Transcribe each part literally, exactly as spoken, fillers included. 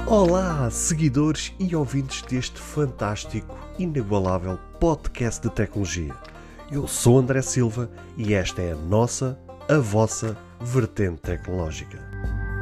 Olá, seguidores e ouvintes deste fantástico, inigualável podcast de tecnologia. Eu sou André Silva e esta é a nossa, a vossa vertente tecnológica.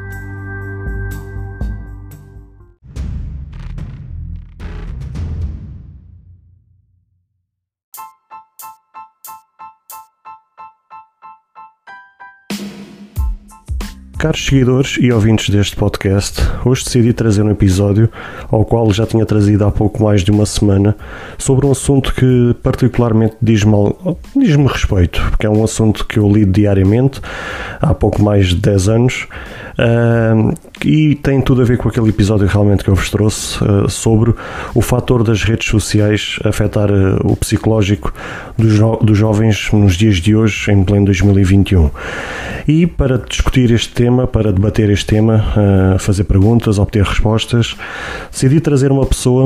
Caros seguidores e ouvintes deste podcast, hoje decidi trazer um episódio ao qual já tinha trazido há pouco mais de uma semana sobre um assunto que particularmente diz-me, diz-me respeito, porque é um assunto que eu lido diariamente há pouco mais de dez anos uh, e tem tudo a ver com aquele episódio realmente que eu vos trouxe uh, sobre o fator das redes sociais afetar uh, o psicológico dos, jo- dos jovens nos dias de hoje, em pleno dois mil e vinte e um. E para discutir este tema, para debater este tema, uh, fazer perguntas, obter respostas, decidi trazer uma pessoa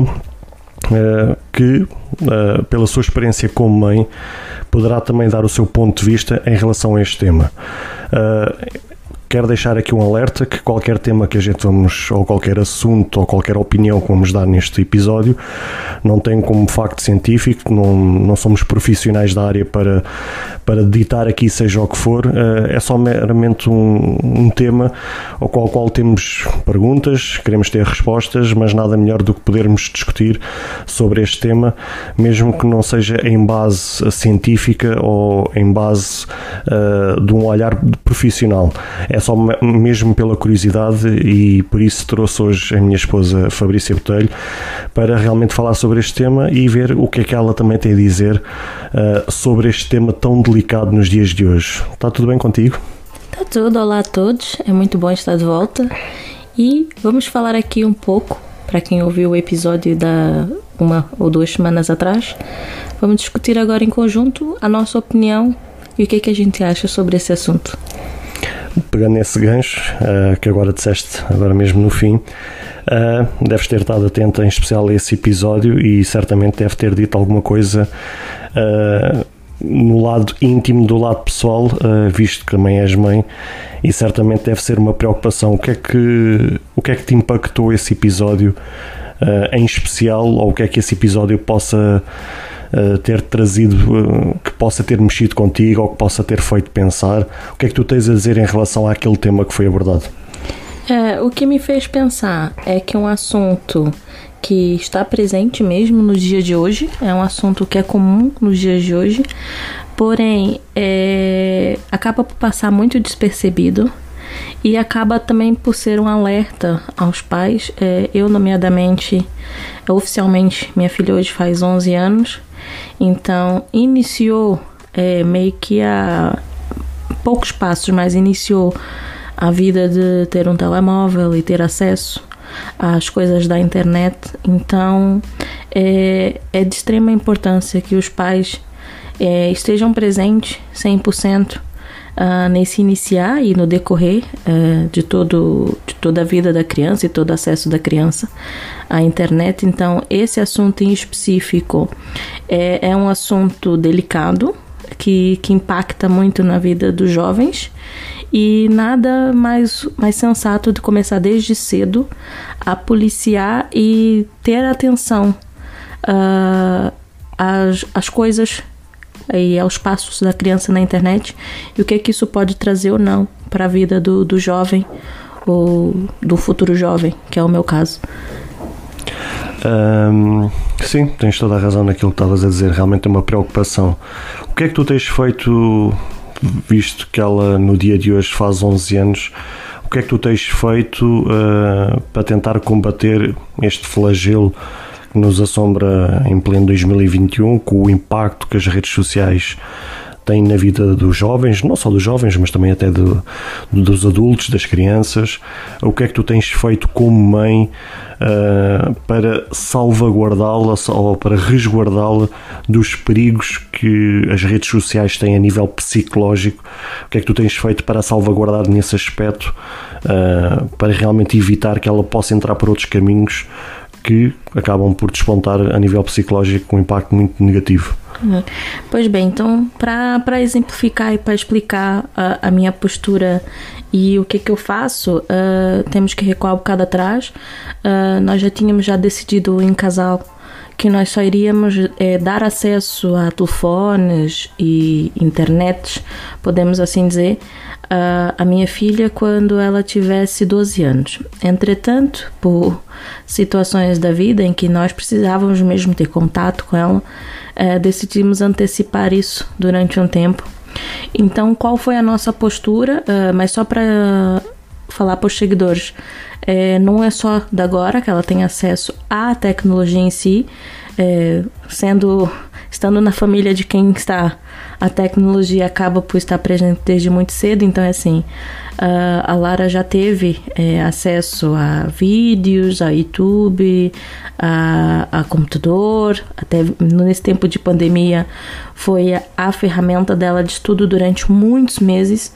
uh, que, uh, pela sua experiência como mãe, poderá também dar o seu ponto de vista em relação a este tema. Uh, Quero deixar aqui um alerta que qualquer tema que a gente vamos, ou qualquer assunto, ou qualquer opinião que vamos dar neste episódio, não tem como facto científico, não, não somos profissionais da área para, para ditar aqui seja o que for, é só meramente um, um tema ao qual, ao qual temos perguntas, queremos ter respostas, mas nada melhor do que podermos discutir sobre este tema, mesmo que não seja em base científica ou em base uh, de um olhar profissional. É só mesmo pela curiosidade e por isso trouxe hoje a minha esposa Fabrícia Botelho para realmente falar sobre este tema e ver o que é que ela também tem a dizer uh, sobre este tema tão delicado nos dias de hoje. Está tudo bem contigo? Está tudo, olá a todos, é muito bom estar de volta e vamos falar aqui um pouco, para quem ouviu o episódio da uma ou duas semanas atrás, vamos discutir agora em conjunto a nossa opinião e o que é que a gente acha sobre esse assunto. Pegando nesse gancho, uh, que agora disseste, agora mesmo no fim, uh, deves ter estado atento em especial a esse episódio e certamente deve ter dito alguma coisa uh, no lado íntimo, do lado pessoal, uh, visto que também és mãe e certamente deve ser uma preocupação. O que é que, o que, é que te impactou esse episódio uh, em especial, ou o que é que esse episódio possa Uh, ter trazido, uh, que possa ter mexido contigo ou que possa ter feito pensar? O que é que tu tens a dizer em relação àquele tema que foi abordado? É, o que me fez pensar é que é um assunto que está presente mesmo nos dias de hoje, é um assunto que é comum nos dias de hoje, porém é, acaba por passar muito despercebido e acaba também por ser um alerta aos pais. É, eu, nomeadamente, oficialmente, minha filha hoje faz onze anos, então iniciou é, meio que a poucos passos, mas iniciou a vida de ter um telemóvel e ter acesso às coisas da internet. Então é, é de extrema importância que os pais é, estejam presentes cem por cento Uh, nesse iniciar e no decorrer uh, de, todo, de toda a vida da criança e todo o acesso da criança à internet. Então, esse assunto em específico é, é um assunto delicado que, que impacta muito na vida dos jovens e nada mais, mais sensato de começar desde cedo a policiar e ter atenção uh, às, às coisas e aos passos da criança na internet e o que é que isso pode trazer ou não para a vida do, do jovem ou do futuro jovem, que é o meu caso. Um, sim, tens toda a razão naquilo que estavas a dizer, realmente é uma preocupação. O que é que tu tens feito, visto que ela no dia de hoje faz onze anos, o que é que tu tens feito uh, para tentar combater este flagelo que nos assombra em pleno dois mil e vinte e um, com o impacto que as redes sociais têm na vida dos jovens, não só dos jovens, mas também até do, dos adultos, das crianças? O que é que tu tens feito como mãe uh, para salvaguardá-la ou para resguardá-la dos perigos que as redes sociais têm a nível psicológico? O que é que tu tens feito para salvaguardar nesse aspecto, uh, para realmente evitar que ela possa entrar por outros caminhos que acabam por despontar a nível psicológico com um impacto muito negativo. Pois bem, então para exemplificar e para explicar a, a minha postura e o que que eu faço, uh, temos que recuar um bocado atrás. Uh, nós já tínhamos já decidido em casal que nós só iríamos é, dar acesso a telefones e internet, podemos assim dizer, uh, a minha filha quando ela tivesse doze anos. Entretanto, por situações da vida em que nós precisávamos mesmo ter contato com ela, uh, decidimos antecipar isso durante um tempo. Então, qual foi a nossa postura? Uh, mas só para falar para os seguidores, é, não é só de agora que ela tem acesso à tecnologia em si, é, sendo, estando na família de quem está, a tecnologia acaba por estar presente desde muito cedo. Então é assim, a, a Lara já teve é, acesso a vídeos, a YouTube, a, a computador, até nesse tempo de pandemia foi a, a ferramenta dela de estudo durante muitos meses.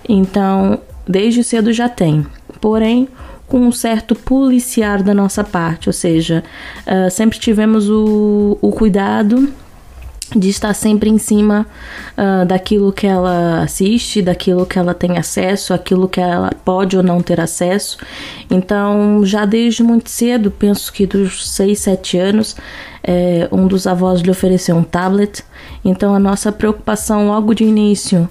Então desde cedo já tem, porém com um certo policiar da nossa parte, ou seja, uh, sempre tivemos o, o cuidado de estar sempre em cima uh, daquilo que ela assiste, daquilo que ela tem acesso, aquilo que ela pode ou não ter acesso. Então, já desde muito cedo, penso que dos seis, sete anos, é, um dos avós lhe ofereceu um tablet. Então, a nossa preocupação logo de início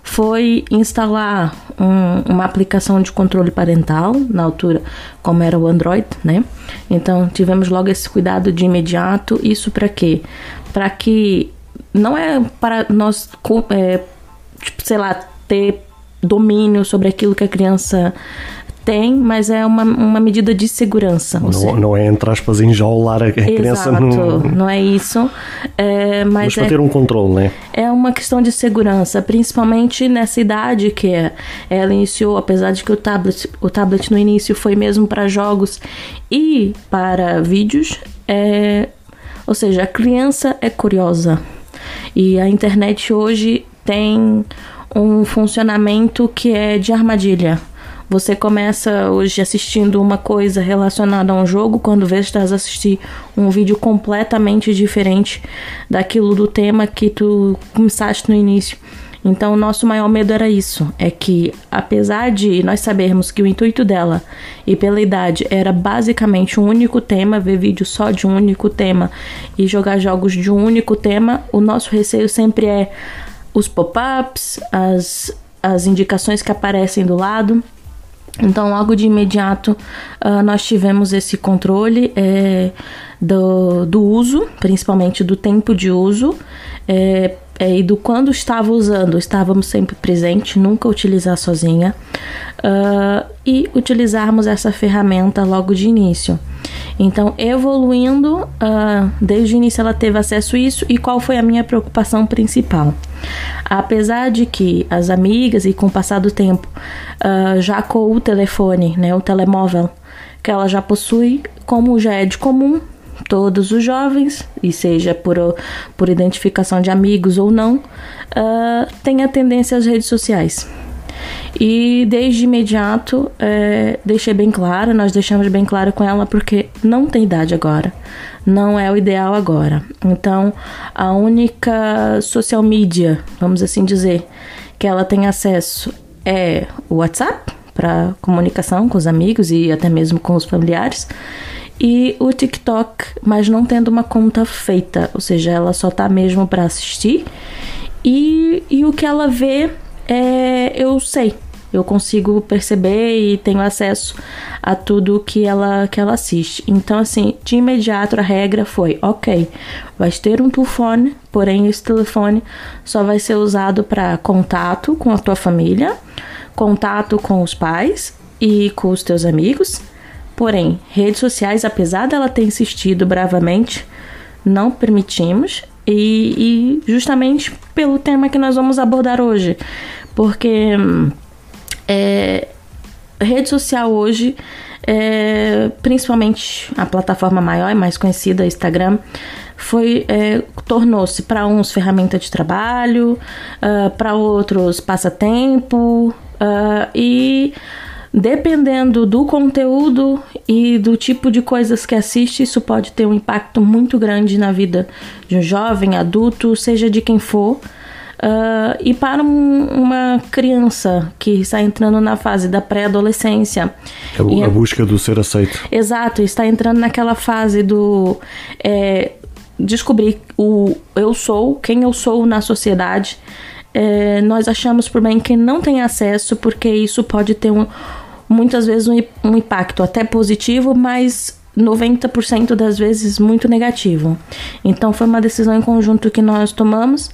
foi instalar um, uma aplicação de controle parental, na altura, como era o Android, né? Então, tivemos logo esse cuidado de imediato. Isso para quê? Para que não é para nós, é, tipo, sei lá, ter domínio sobre aquilo que a criança tem, mas é uma, uma medida de segurança. Não, não é, entre aspas, enjaular a criança. Exato, no... não é isso. É, mas mas para é, ter um controle, né? É uma questão de segurança, principalmente nessa idade que é, ela iniciou, apesar de que o tablet, o tablet no início foi mesmo para jogos e para vídeos, é, ou seja, a criança é curiosa. E a internet hoje tem um funcionamento que é de armadilha. Você começa hoje assistindo uma coisa relacionada a um jogo, quando vê estás a assistir um vídeo completamente diferente daquilo do tema que tu começaste no início. Então, o nosso maior medo era isso, é que apesar de nós sabermos que o intuito dela, e pela idade, era basicamente um único tema, ver vídeo só de um único tema e jogar jogos de um único tema, o nosso receio sempre é os pop-ups, as, as indicações que aparecem do lado. Então, logo de imediato, uh, nós tivemos esse controle é, do, do uso, principalmente do tempo de uso, é, é, e do quando estava usando. Estávamos sempre presentes, nunca utilizar sozinha, uh, e utilizarmos essa ferramenta logo de início. Então, evoluindo, uh, desde o início ela teve acesso a isso. E qual foi a minha preocupação principal? Apesar de que as amigas, e com o passar do tempo, uh, já com o telefone, né, o telemóvel, que ela já possui, como já é de comum, todos os jovens, e seja por, por identificação de amigos ou não, uh, tem a tendência às redes sociais. E desde imediato é, deixei bem claro, nós deixamos bem claro com ela, porque não tem idade agora, não é o ideal agora. Então a única social media, vamos assim dizer, que ela tem acesso é o WhatsApp, para comunicação com os amigos e até mesmo com os familiares, e o TikTok, mas não tendo uma conta feita, ou seja, ela só tá mesmo para assistir, e, e o que ela vê é, eu sei, eu consigo perceber e tenho acesso a tudo que ela, que ela assiste. Então, assim, de imediato a regra foi, ok, vais ter um telefone, porém esse telefone só vai ser usado para contato com a tua família, contato com os pais e com os teus amigos. Porém, redes sociais, apesar dela ter insistido bravamente, não permitimos, e, e justamente pelo tema que nós vamos abordar hoje, porque é, rede social hoje, é, principalmente a plataforma maior e mais conhecida, Instagram, foi, é, tornou-se para uns ferramenta de trabalho, uh, para outros passatempo, uh, e Dependendo do conteúdo e do tipo de coisas que assiste, isso pode ter um impacto muito grande na vida de um jovem, adulto, seja de quem for. Uh, e para um, uma criança que está entrando na fase da pré-adolescência, a, e, a busca do ser aceito. Exato, está entrando naquela fase do é, descobrir o eu sou, quem eu sou na sociedade. É, nós achamos por bem que não tem acesso, porque isso pode ter um, muitas vezes um, um impacto até positivo, mas noventa por cento das vezes muito negativo. Então foi uma decisão em conjunto que nós tomamos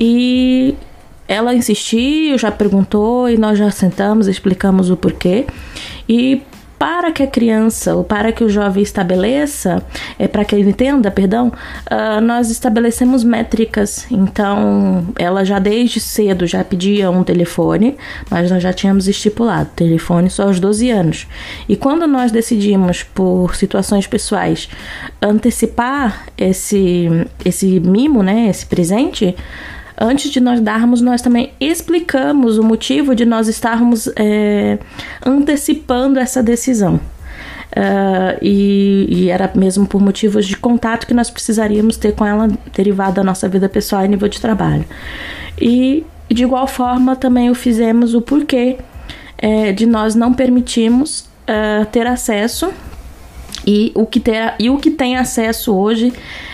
e ela insistiu, já perguntou e nós já sentamos, explicamos o porquê. E para que a criança ou para que o jovem estabeleça, é, para que ele entenda, perdão, uh, nós estabelecemos métricas. Então, ela já desde cedo já pedia um telefone, mas nós já tínhamos estipulado telefone só aos doze anos. E quando nós decidimos, por situações pessoais, antecipar esse, esse mimo, né, esse presente, antes de nós darmos, nós também explicamos o motivo de nós estarmos é, antecipando essa decisão. Uh, e, e era mesmo por motivos de contato que nós precisaríamos ter com ela, derivado da nossa vida pessoal e nível de trabalho. E, e de igual forma também o fizemos o porquê é, de nós não permitirmos uh, ter acesso. E o, que ter, e o que tem acesso hoje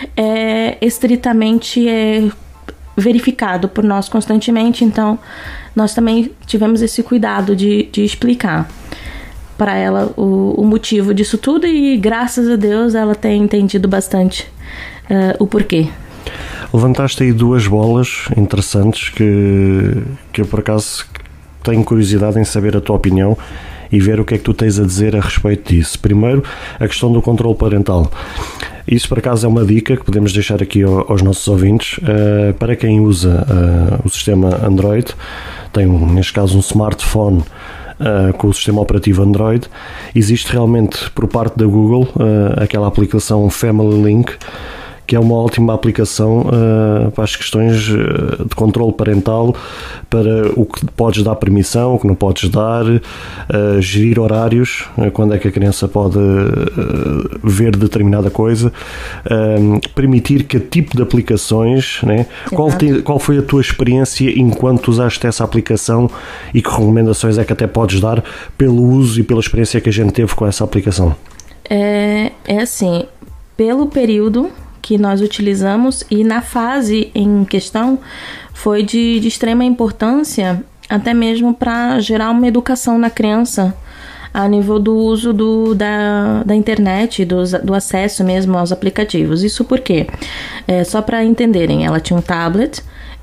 é estritamente é, verificado por nós constantemente. Então nós também tivemos esse cuidado de, de explicar para ela o, o motivo disso tudo, e graças a Deus ela tem entendido bastante uh, o porquê. Levantaste aí duas bolas interessantes que, que eu por acaso tenho curiosidade em saber a tua opinião e ver o que é que tu tens a dizer a respeito disso. Primeiro, a questão do controle parental. Isso, por acaso, é uma dica que podemos deixar aqui aos nossos ouvintes. Uh, para quem usa uh, o sistema Android, tem, neste caso, um smartphone uh, com o sistema operativo Android, existe realmente, por parte da Google, uh, aquela aplicação Family Link, que é uma ótima aplicação uh, para as questões uh, de controle parental, para o que podes dar permissão, o que não podes dar, uh, gerir horários, uh, quando é que a criança pode uh, ver determinada coisa, uh, permitir que tipo de aplicações, né? Qual, te, qual foi a tua experiência enquanto usaste essa aplicação e que recomendações é que até podes dar pelo uso e pela experiência que a gente teve com essa aplicação? É, é assim, pelo período que nós utilizamos e na fase em questão foi de, de extrema importância, até mesmo para gerar uma educação na criança a nível do uso do, da, da internet, do, do acesso mesmo aos aplicativos. Isso porque, é, só para entenderem, ela tinha um tablet,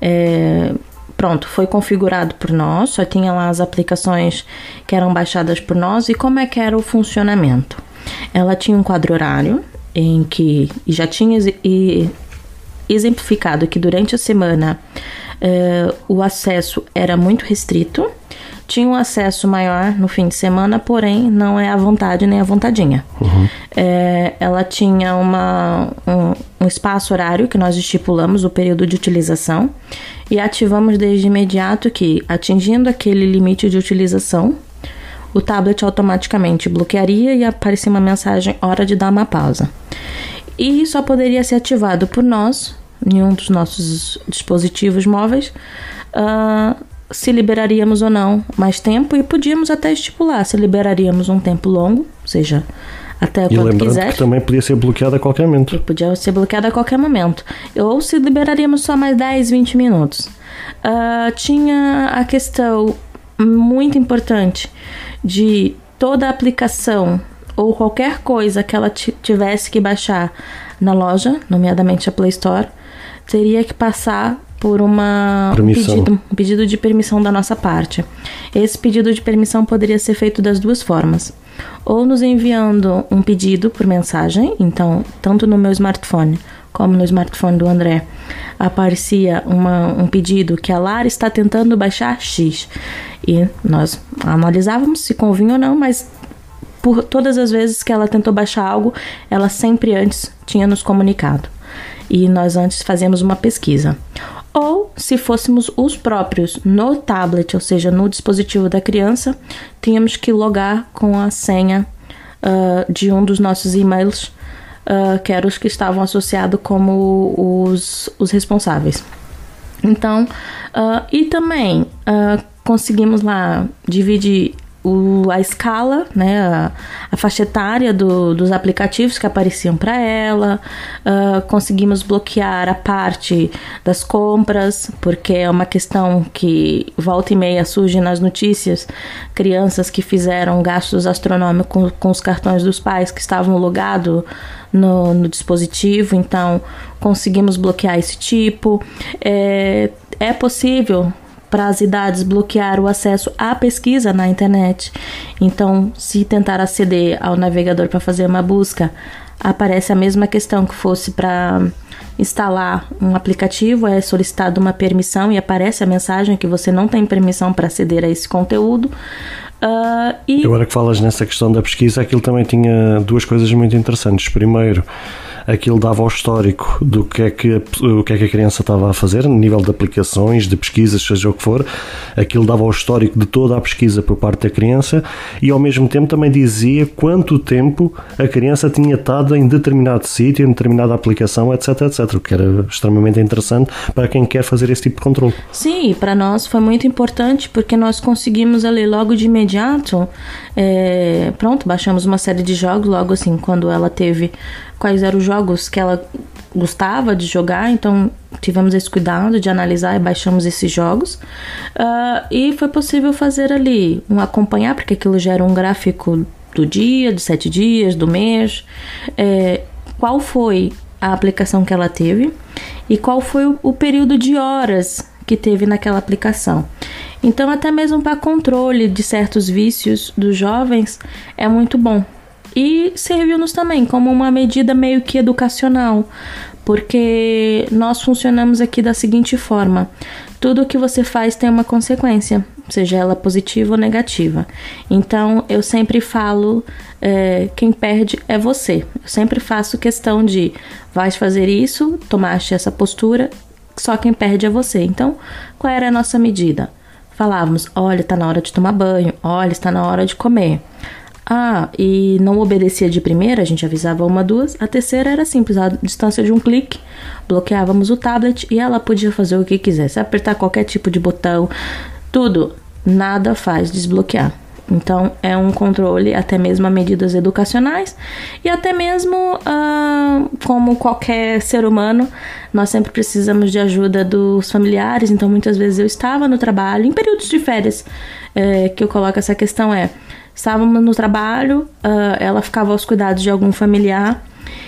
é, pronto, foi configurado por nós, só tinha lá as aplicações que eram baixadas por nós. E como é que era o funcionamento? Ela tinha um quadro horário, em que já tinha exemplificado que durante a semana uh, o acesso era muito restrito, tinha um acesso maior no fim de semana, porém não é à vontade nem à vontadinha. Uhum. É, ela tinha uma, um, um espaço horário que nós estipulamos, o período de utilização, e ativamos desde imediato que, atingindo aquele limite de utilização, o tablet automaticamente bloquearia e aparecia uma mensagem hora de dar uma pausa. E só poderia ser ativado por nós, em um dos nossos dispositivos móveis, uh, se liberaríamos ou não mais tempo, e podíamos até estipular se liberaríamos um tempo longo, ou seja, até e quando lembrando quiser. Que também podia ser bloqueado a qualquer momento. E podia ser bloqueado a qualquer momento. Ou se liberaríamos só mais dez, vinte minutos. Uh, tinha a questão muito importante de toda a aplicação ou qualquer coisa que ela tivesse que baixar na loja, nomeadamente a Play Store, teria que passar por uma, um, pedido, um pedido de permissão da nossa parte. Esse pedido de permissão poderia ser feito das duas formas. Ou nos enviando um pedido por mensagem, então, tanto no meu smartphone como no smartphone do André, aparecia uma, um pedido que a Lara está tentando baixar X. E nós analisávamos se convinha ou não, mas por todas as vezes que ela tentou baixar algo, ela sempre antes tinha nos comunicado. E nós antes fazíamos uma pesquisa. Ou ou se fôssemos os próprios no tablet, ou seja, no dispositivo da criança, tínhamos que logar com a senha uh, de um dos nossos e-mails, uh, que eram os que estavam associados como os, os responsáveis. Então, uh, e também uh, conseguimos lá dividir O, a escala, né, a, a faixa etária do, dos aplicativos que apareciam para ela. Uh, conseguimos bloquear a parte das compras, porque é uma questão que volta e meia surge nas notícias, crianças que fizeram gastos astronômicos com, com os cartões dos pais que estavam logados no, no dispositivo. Então conseguimos bloquear esse tipo. É, é possível para as idades bloquear o acesso à pesquisa na internet. Então, se tentar aceder ao navegador para fazer uma busca, aparece a mesma questão que fosse para instalar um aplicativo, é solicitada uma permissão e aparece a mensagem que você não tem permissão para aceder a esse conteúdo. Uh, e... Agora que falas nessa questão da pesquisa, aquilo também tinha duas coisas muito interessantes. Primeiro, aquilo dava o histórico do que é que, o que é que a criança estava a fazer, no nível de aplicações, de pesquisas, seja o que for. Aquilo dava o histórico de toda a pesquisa por parte da criança e ao mesmo tempo também dizia quanto tempo a criança tinha estado em determinado sítio, em determinada aplicação, etc, etc, o que era extremamente interessante para quem quer fazer esse tipo de controle. Sim, para nós foi muito importante porque nós conseguimos ali logo de imediato, é, pronto, baixamos uma série de jogos logo assim, quando ela teve quais eram os jogos que ela gostava de jogar, então tivemos esse cuidado de analisar e baixamos esses jogos. Uh, e foi possível fazer ali um acompanhar, porque aquilo gera um gráfico do dia, de sete dias, do mês, é, qual foi a aplicação que ela teve e qual foi o, o período de horas que teve naquela aplicação. Então, até mesmo para controle de certos vícios dos jovens é muito bom. E serviu-nos também como uma medida meio que educacional, porque nós funcionamos aqui da seguinte forma: tudo que você faz tem uma consequência, seja ela positiva ou negativa. Então eu sempre falo, é, quem perde é você. Eu sempre faço questão de, vais fazer isso, tomaste essa postura, só quem perde é você. Então, qual era a nossa medida? Falávamos, olha, está na hora de tomar banho, olha, está na hora de comer. Ah, e não obedecia de primeira, a gente avisava uma, duas. A terceira era simples, a distância de um clique, bloqueávamos o tablet e ela podia fazer o que quisesse, apertar qualquer tipo de botão, tudo, nada faz desbloquear. Então é um controle até mesmo a medidas educacionais e até mesmo ah, como qualquer ser humano, nós sempre precisamos de ajuda dos familiares. Então muitas vezes eu estava no trabalho, em períodos de férias, é, que eu coloco essa questão é, estávamos no trabalho, uh, ela ficava aos cuidados de algum familiar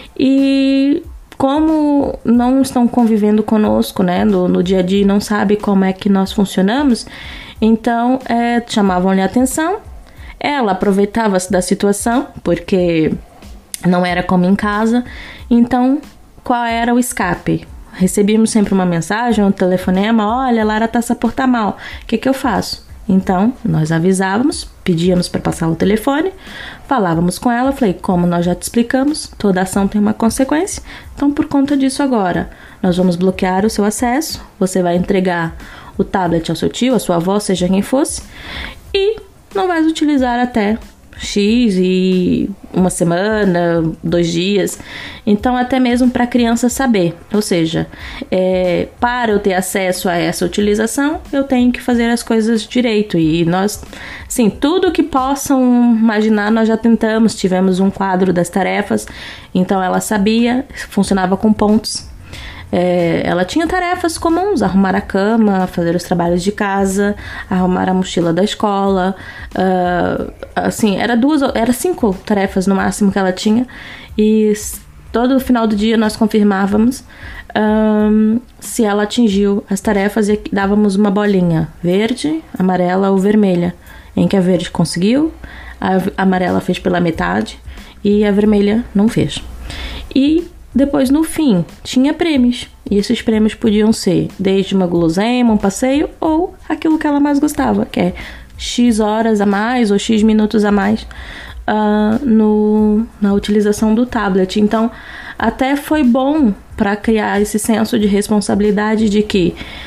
e como não estão convivendo conosco, né, no, no dia a dia, não sabe como é que nós funcionamos, então é, chamavam-lhe a atenção, ela aproveitava-se da situação, porque não era como em casa, então qual era o escape? Recebíamos sempre uma mensagem, um telefonema, olha, a Lara está se a portar mal, o que que eu faço? Então, nós avisávamos, pedíamos para passar o telefone, falávamos com ela, falei, como nós já te explicamos, toda ação tem uma consequência, então por conta disso agora, nós vamos bloquear o seu acesso, você vai entregar o tablet ao seu tio, à sua avó, seja quem fosse, e não vai utilizar até X e uma semana, dois dias. Então até mesmo para a criança saber, ou seja, é, para eu ter acesso a essa utilização eu tenho que fazer as coisas direito. E nós, sim, tudo que possam imaginar nós já tentamos, tivemos um quadro das tarefas, então ela sabia, funcionava com pontos. É, ela tinha tarefas comuns, arrumar a cama, fazer os trabalhos de casa, arrumar a mochila da escola, uh, assim, era duas, era cinco tarefas no máximo que ela tinha, e todo final do dia nós confirmávamos um, se ela atingiu as tarefas e dávamos uma bolinha verde, amarela ou vermelha, em que a verde conseguiu, a amarela fez pela metade e a vermelha não fez. E depois, no fim, tinha prêmios. E esses prêmios podiam ser desde uma guloseima, um passeio, ou aquilo que ela mais gostava, que é X horas a mais ou X minutos a mais uh, no, na utilização do tablet. Então, até foi bom para criar esse senso de responsabilidade de que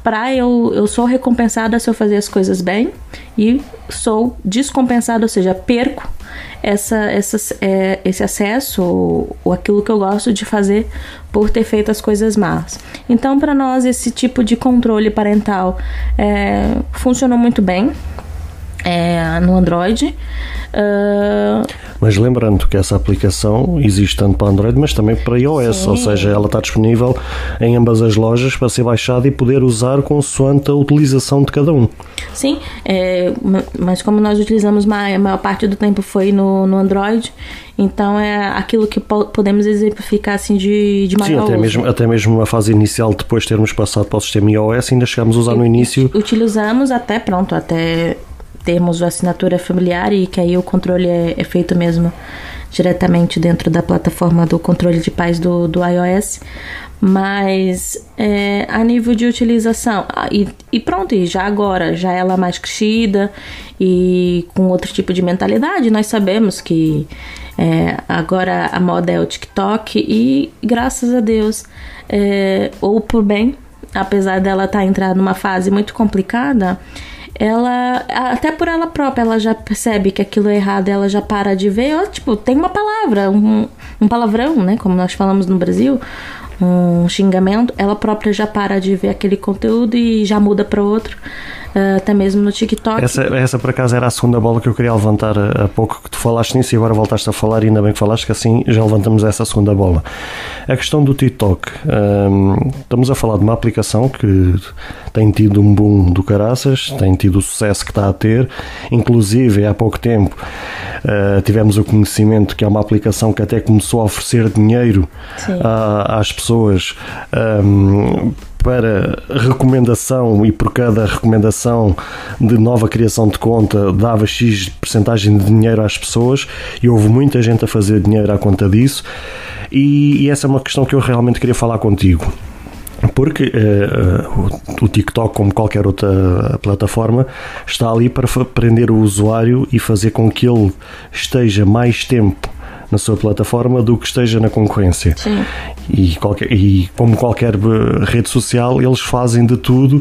pra eu, eu sou recompensada se eu fazer as coisas bem e sou descompensada, ou seja, perco essa, essa, é, esse acesso ou, ou aquilo que eu gosto de fazer por ter feito as coisas más. Então, para nós, esse tipo de controle parental é, funcionou muito bem. É, no Android. Uh... Mas lembrando que essa aplicação existe tanto para Android, mas também para iOS, Sim. ou seja, ela está disponível em ambas as lojas para ser baixada e poder usar consoante a utilização de cada um. Sim, é, mas como nós utilizamos a maior parte do tempo foi no, no Android, então é aquilo que po- podemos exemplificar assim de, de maior Sim, até uso. mesmo, até mesmo a fase inicial, depois de termos passado para o sistema iOS, ainda chegámos a usar no início. Utilizamos até, pronto, até termos a assinatura familiar e que aí o controle é, é feito mesmo diretamente dentro da plataforma do controle de paz do, do iOS, mas é, a nível de utilização ah, e, e pronto, e já agora, já ela mais crescida e com outro tipo de mentalidade, nós sabemos que é, agora a moda é o TikTok e graças a Deus, é, ou por bem, apesar dela estar entrando numa fase muito complicada, ela, até por ela própria, ela já percebe que aquilo é errado, ela já para de ver, ó, tipo, tem uma palavra, um, um palavrão, né, como nós falamos no Brasil, um xingamento, ela própria já para de ver aquele conteúdo e já muda para outro, até mesmo no TikTok. Essa, essa por acaso era a segunda bola que eu queria levantar há pouco, que tu falaste nisso e agora voltaste a falar e ainda bem que falaste, que assim já levantamos essa segunda bola. A questão do TikTok, hum, estamos a falar de uma aplicação que tem tido um boom do caraças, tem tido o sucesso que está a ter, inclusive há pouco tempo uh, tivemos o conhecimento que é uma aplicação que até começou a oferecer dinheiro a, às pessoas um, para recomendação e por cada recomendação de nova criação de conta dava X percentagem de dinheiro às pessoas e houve muita gente a fazer dinheiro à conta disso e, e essa é uma questão que eu realmente queria falar contigo. Porque uh, o, o TikTok, como qualquer outra plataforma, está ali para prender o usuário e fazer com que ele esteja mais tempo na sua plataforma do que esteja na concorrência. Sim. E, qualquer, e como qualquer rede social, eles fazem de tudo,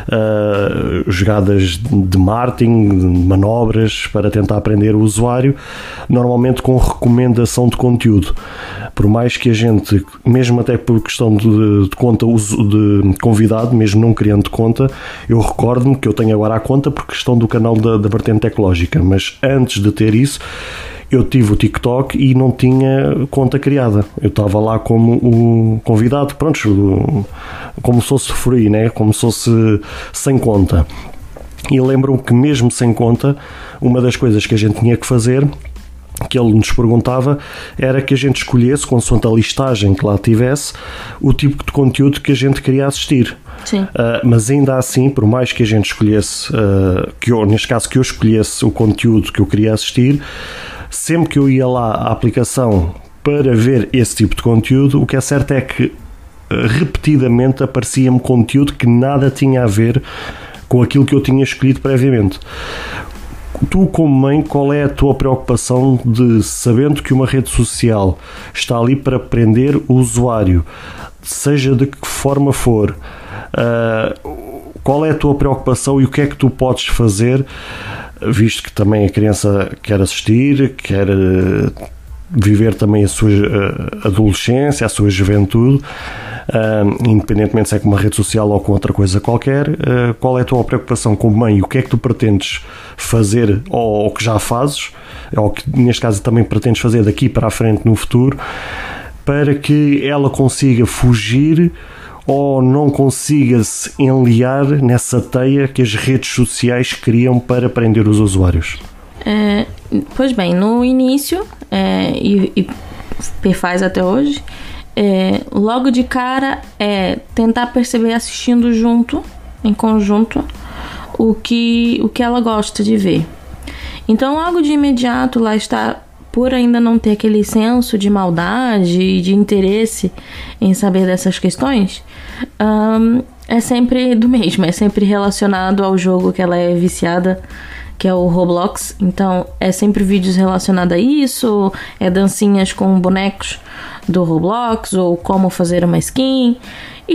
uh, jogadas de marketing, de manobras para tentar aprender o usuário, normalmente com recomendação de conteúdo. Por mais que a gente, mesmo até por questão de, de conta, de convidado, mesmo não criando conta, eu recordo-me que eu tenho agora a conta por questão do canal da, da vertente tecnológica, mas antes de ter isso, eu tive o TikTok e não tinha conta criada. Eu estava lá como o convidado, pronto, como se fosse free, né? Como se fosse sem conta. E lembro-me que mesmo sem conta, uma das coisas que a gente tinha que fazer, que ele nos perguntava, era que a gente escolhesse, consoante a listagem que lá tivesse, o tipo de conteúdo que a gente queria assistir. Sim. Uh, mas ainda assim, por mais que a gente escolhesse, uh, que eu, neste caso que eu escolhesse o conteúdo que eu queria assistir, sempre que eu ia lá à aplicação para ver esse tipo de conteúdo, o que é certo é que repetidamente aparecia-me conteúdo que nada tinha a ver com aquilo que eu tinha escolhido previamente. Tu, como mãe, qual é a tua preocupação de, sabendo que uma rede social está ali para prender o usuário, seja de que forma for, uh, qual é a tua preocupação e o que é que tu podes fazer, visto que também a criança quer assistir, quer uh, viver também a sua uh, adolescência, a sua juventude, uh, independentemente se é com uma rede social ou com outra coisa qualquer, uh, qual é a tua preocupação como mãe e o que é que tu pretendes fazer ou, ou que já fazes, ou que neste caso também pretendes fazer daqui para a frente no futuro, para que ela consiga fugir ou não consiga se enliar nessa teia que as redes sociais criam para prender os usuários? É, pois bem, no início, é, e, e faz até hoje, é, logo de cara é tentar perceber assistindo junto, em conjunto, o que, o que ela gosta de ver. Então, logo de imediato, lá está, por ainda não ter aquele senso de maldade e de interesse em saber dessas questões, um, é sempre do mesmo, é sempre relacionado ao jogo que ela é viciada, que é o Roblox. Então é sempre vídeos relacionados a isso, é dancinhas com bonecos do Roblox ou como fazer uma skin, e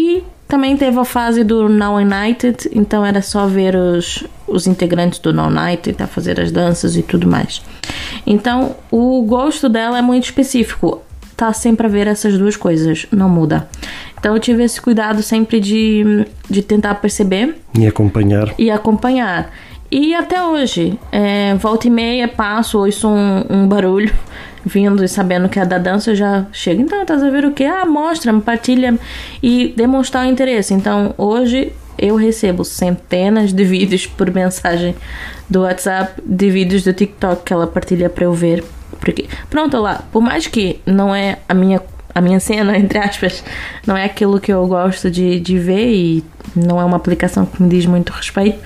também teve a fase do Now United, então era só ver os, os integrantes do Now United a fazer as danças e tudo mais. Então, o gosto dela é muito específico. Tá sempre a ver essas duas coisas, não muda. Então eu tive esse cuidado sempre de, de tentar perceber. E acompanhar. E acompanhar. E até hoje, é, volta e meia, passo, ouço um, um barulho vindo e sabendo que é da dança, eu já chego. Então, estás a ver o quê? Ah, mostra, partilha e demonstrar o interesse. Então, hoje eu recebo centenas de vídeos por mensagem do WhatsApp, de vídeos do TikTok que ela partilha para eu ver. Porque, pronto, lá, por mais que não é a minha, a minha cena, entre aspas, não é aquilo que eu gosto de, de ver e não é uma aplicação que me diz muito respeito,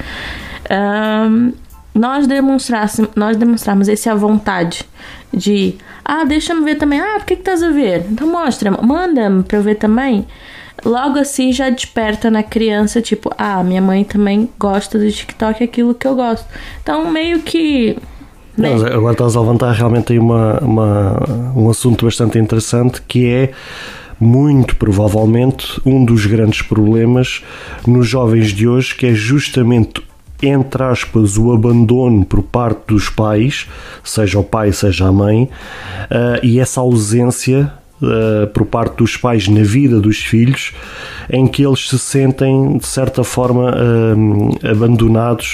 um, nós, nós demonstramos essa vontade de, ah, deixa-me ver também, ah, por que que estás a ver? Então mostra, manda-me para eu ver também. Logo assim já desperta na criança, tipo, ah, minha mãe também gosta do TikTok, aquilo que eu gosto. Então meio que... Né? Não, agora estás a levantar realmente aí uma, uma, um assunto bastante interessante, que é muito provavelmente um dos grandes problemas nos jovens de hoje, que é justamente, entre aspas, o abandono por parte dos pais, seja o pai, seja a mãe, uh, e essa ausência uh, por parte dos pais na vida dos filhos, em que eles se sentem, de certa forma, uh, abandonados,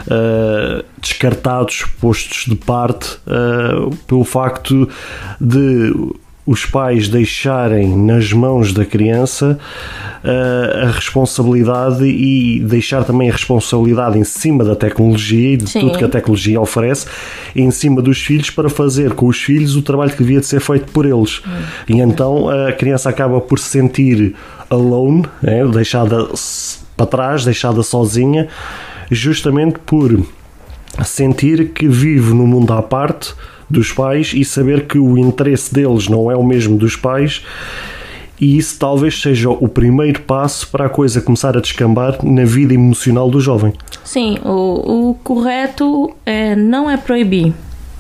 uh, descartados, postos de parte, uh, pelo facto de os pais deixarem nas mãos da criança uh, a responsabilidade e deixar também a responsabilidade em cima da tecnologia e de Sim. tudo que a tecnologia oferece, em cima dos filhos, para fazer com os filhos o trabalho que devia de ser feito por eles. Hum. E então a criança acaba por se sentir alone, é, deixada para trás, deixada sozinha, justamente por sentir que vive num mundo à parte dos pais e saber que o interesse deles não é o mesmo dos pais, e isso talvez seja o primeiro passo para a coisa começar a descambar na vida emocional do jovem. Sim, o, o correto é, não é proibir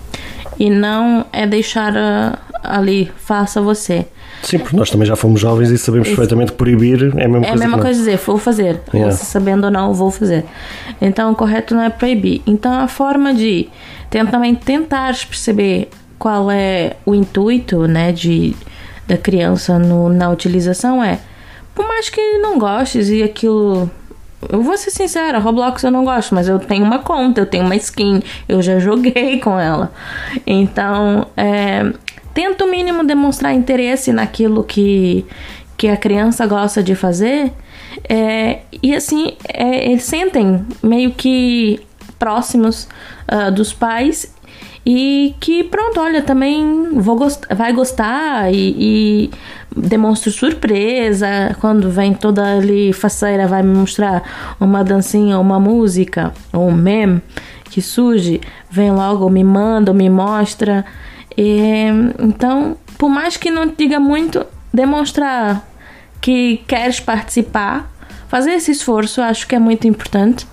e não é deixar uh, ali, faça você. Sim, porque nós também já fomos jovens e sabemos Isso. perfeitamente que proibir é a mesma é coisa. É a mesma coisa dizer, vou fazer. Yeah. Você sabendo ou não, vou fazer. Então, o correto não é proibir. Então, a forma de também tentar perceber qual é o intuito, né, de, da criança no, na utilização é, por mais que não gostes e aquilo... Eu vou ser sincera, Roblox eu não gosto, mas eu tenho uma conta, eu tenho uma skin, eu já joguei com ela. Então, é... tenta o mínimo demonstrar interesse naquilo que, que a criança gosta de fazer, é, e assim, é, eles sentem meio que próximos uh, dos pais, e que pronto, olha, também vou gost- vai gostar e, e demonstra surpresa quando vem toda ali faceira, vai me mostrar uma dancinha, uma música, um meme que surge, vem logo, me manda, me mostra. E, então, por mais que não te diga muito, demonstrar que queres participar, fazer esse esforço, acho que é muito importante,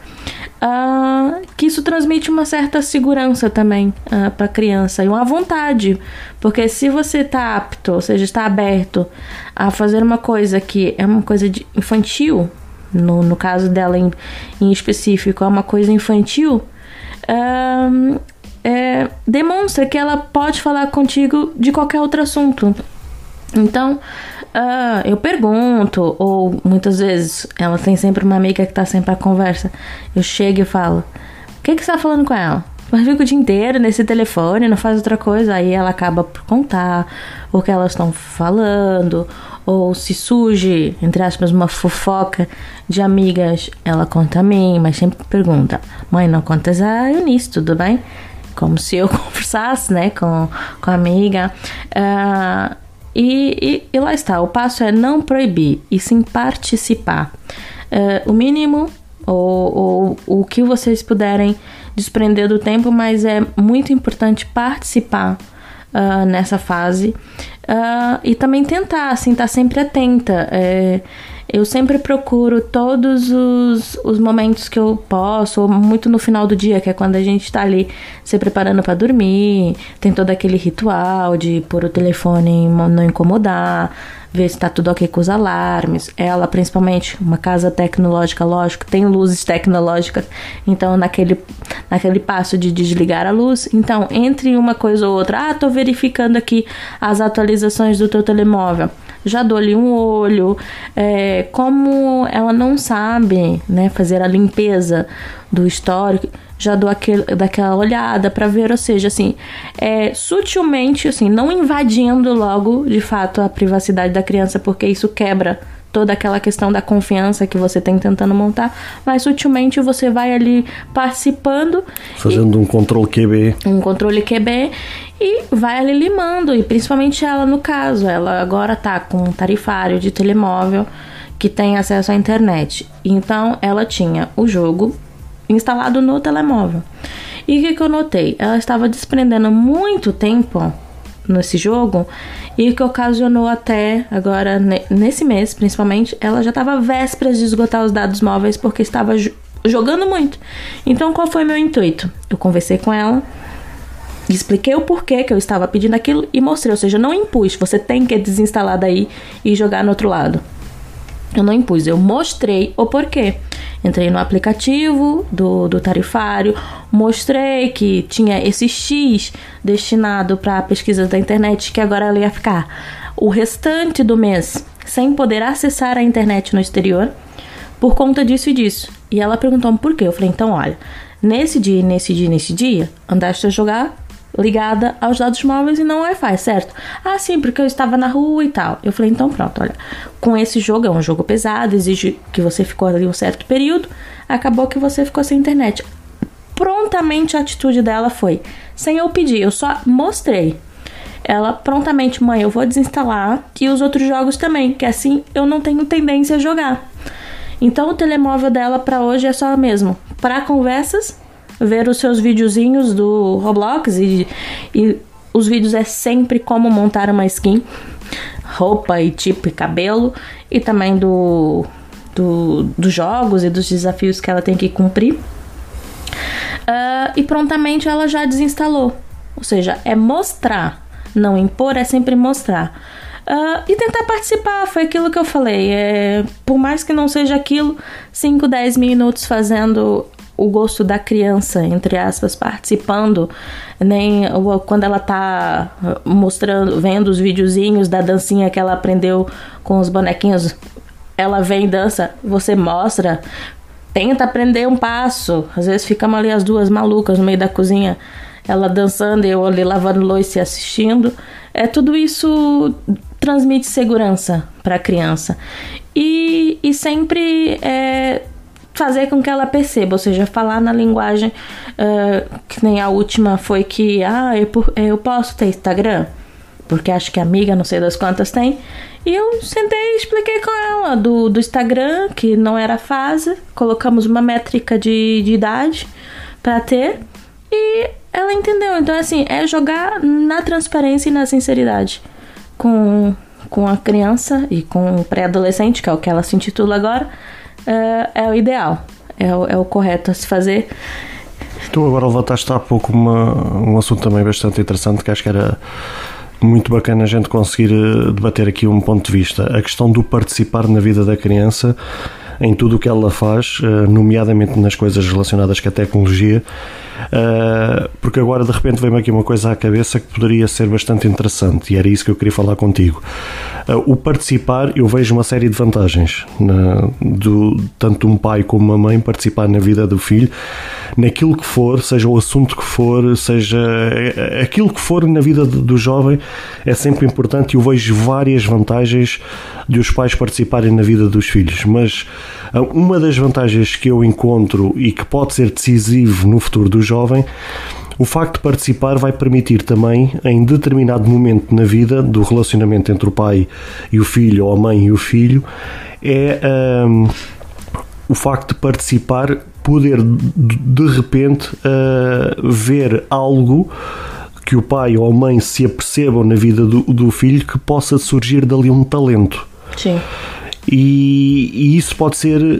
uh, que isso transmite uma certa segurança também uh, para a criança e uma vontade, porque se você está apto, ou seja, está aberto a fazer uma coisa que é uma coisa de infantil, no, no caso dela em, em específico, é uma coisa infantil, uh, É, demonstra que ela pode falar contigo de qualquer outro assunto. Então, uh, eu pergunto, ou muitas vezes ela tem sempre uma amiga que tá sempre à conversa. Eu chego e falo: o que que você tá falando com ela? Mas fica o dia inteiro nesse telefone, não faz outra coisa. Aí ela acaba por contar o que elas estão falando, ou se surge, entre aspas, uma fofoca de amigas, ela conta a mim, mas sempre pergunta: mãe, não contas a Eunice, tudo bem? Como se eu conversasse, né, com, com a amiga. Uh, e, e, e lá está, o passo é não proibir, e sim participar. Uh, o mínimo, ou, ou o que vocês puderem desprender do tempo, mas é muito importante participar uh, nessa fase. Uh, e também tentar, assim, estar sempre atenta. É, eu sempre procuro todos os, os momentos que eu posso, ou muito no final do dia, que é quando a gente tá ali se preparando para dormir, tem todo aquele ritual de pôr o telefone, não incomodar, ver se tá tudo ok com os alarmes. Ela, principalmente, uma casa tecnológica, lógico, tem luzes tecnológicas, então naquele, naquele passo de desligar a luz, então entre uma coisa ou outra, ah, tô verificando aqui as atualizações do teu telemóvel, já dou-lhe um olho. É, como ela não sabe, né, fazer a limpeza do histórico, já dou aquele, daquela olhada para ver, ou seja, assim, é, sutilmente, assim, não invadindo logo, de fato, a privacidade da criança, porque isso quebra toda aquela questão da confiança que você tem tentando montar, mas sutilmente você vai ali participando. Fazendo e, um controle Q B. Um controle Q B e vai ali limando, e principalmente ela, no caso, ela agora tá com um tarifário de telemóvel que tem acesso à internet, então ela tinha o jogo instalado no telemóvel. E o que, que eu notei? Ela estava desprendendo muito tempo nesse jogo, e o que ocasionou até agora, nesse mês principalmente, ela já estava vésperas de esgotar os dados móveis porque estava jogando muito. Então qual foi meu intuito? Eu conversei com ela, expliquei o porquê que eu estava pedindo aquilo e mostrei, ou seja, não impus, você tem que desinstalar daí e jogar no outro lado. Eu não impus, eu mostrei o porquê. Entrei no aplicativo do, do tarifário, mostrei que tinha esse X destinado para pesquisas da internet, que agora ela ia ficar o restante do mês sem poder acessar a internet no exterior por conta disso e disso. E ela perguntou-me por quê. Eu falei, então olha, nesse dia, nesse dia, nesse dia, andaste a jogar ligada aos dados móveis e não Wi-Fi, certo? Ah, sim, porque eu estava na rua e tal. Eu falei, então pronto, olha, com esse jogo, é um jogo pesado, exige que você ficou ali um certo período, acabou que você ficou sem internet. Prontamente a atitude dela foi, sem eu pedir, eu só mostrei. Ela prontamente, mãe, eu vou desinstalar e os outros jogos também, que assim eu não tenho tendência a jogar. Então o telemóvel dela para hoje é só mesmo para conversas, ver os seus videozinhos do Roblox, e, e os vídeos é sempre como montar uma skin, roupa e tipo e cabelo, e também do, do, dos jogos e dos desafios que ela tem que cumprir. Uh, e prontamente ela já desinstalou, ou seja, é mostrar, não impor, é sempre mostrar. Uh, e tentar participar, foi aquilo que eu falei, é, por mais que não seja aquilo, cinco, dez minutos fazendo o gosto da criança, entre aspas, participando, nem quando ela tá mostrando, vendo os videozinhos da dancinha que ela aprendeu com os bonequinhos, ela vem e dança, você mostra, tenta aprender um passo, às vezes ficamos ali as duas malucas no meio da cozinha, ela dançando e eu ali lavando louça e assistindo. É, tudo isso transmite segurança para a criança e, e sempre é, fazer com que ela perceba, ou seja, falar na linguagem, uh, que nem a última foi que ah, eu, eu posso ter Instagram? Porque acho que a amiga, não sei das quantas, tem. E eu sentei e expliquei com ela do, do Instagram, que não era fase, colocamos uma métrica de, de idade para ter, e ela entendeu. Então, assim, é jogar na transparência e na sinceridade com, com a criança e com o pré-adolescente, que é o que ela se intitula agora, é, é o ideal, é o, é o correto a se fazer. Tu agora levantaste há pouco uma, um assunto também bastante interessante, que acho que era muito bacana a gente conseguir debater aqui um ponto de vista. A questão do participar na vida da criança em tudo o que ela faz, nomeadamente nas coisas relacionadas com a tecnologia, porque agora de repente veio-me aqui uma coisa à cabeça que poderia ser bastante interessante e era isso que eu queria falar contigo. O participar, eu vejo uma série de vantagens, do, tanto um pai como uma mãe participar na vida do filho, naquilo que for, seja o assunto que for, seja aquilo que for na vida do jovem, é sempre importante e eu vejo várias vantagens de os pais participarem na vida dos filhos, mas uma das vantagens que eu encontro e que pode ser decisivo no futuro do jovem, o facto de participar vai permitir também, em determinado momento na vida do relacionamento entre o pai e o filho, ou a mãe e o filho, é um, o facto de participar poder de repente uh, ver algo que o pai ou a mãe se apercebam na vida do, do filho que possa surgir dali um talento. Sim. E, e isso pode ser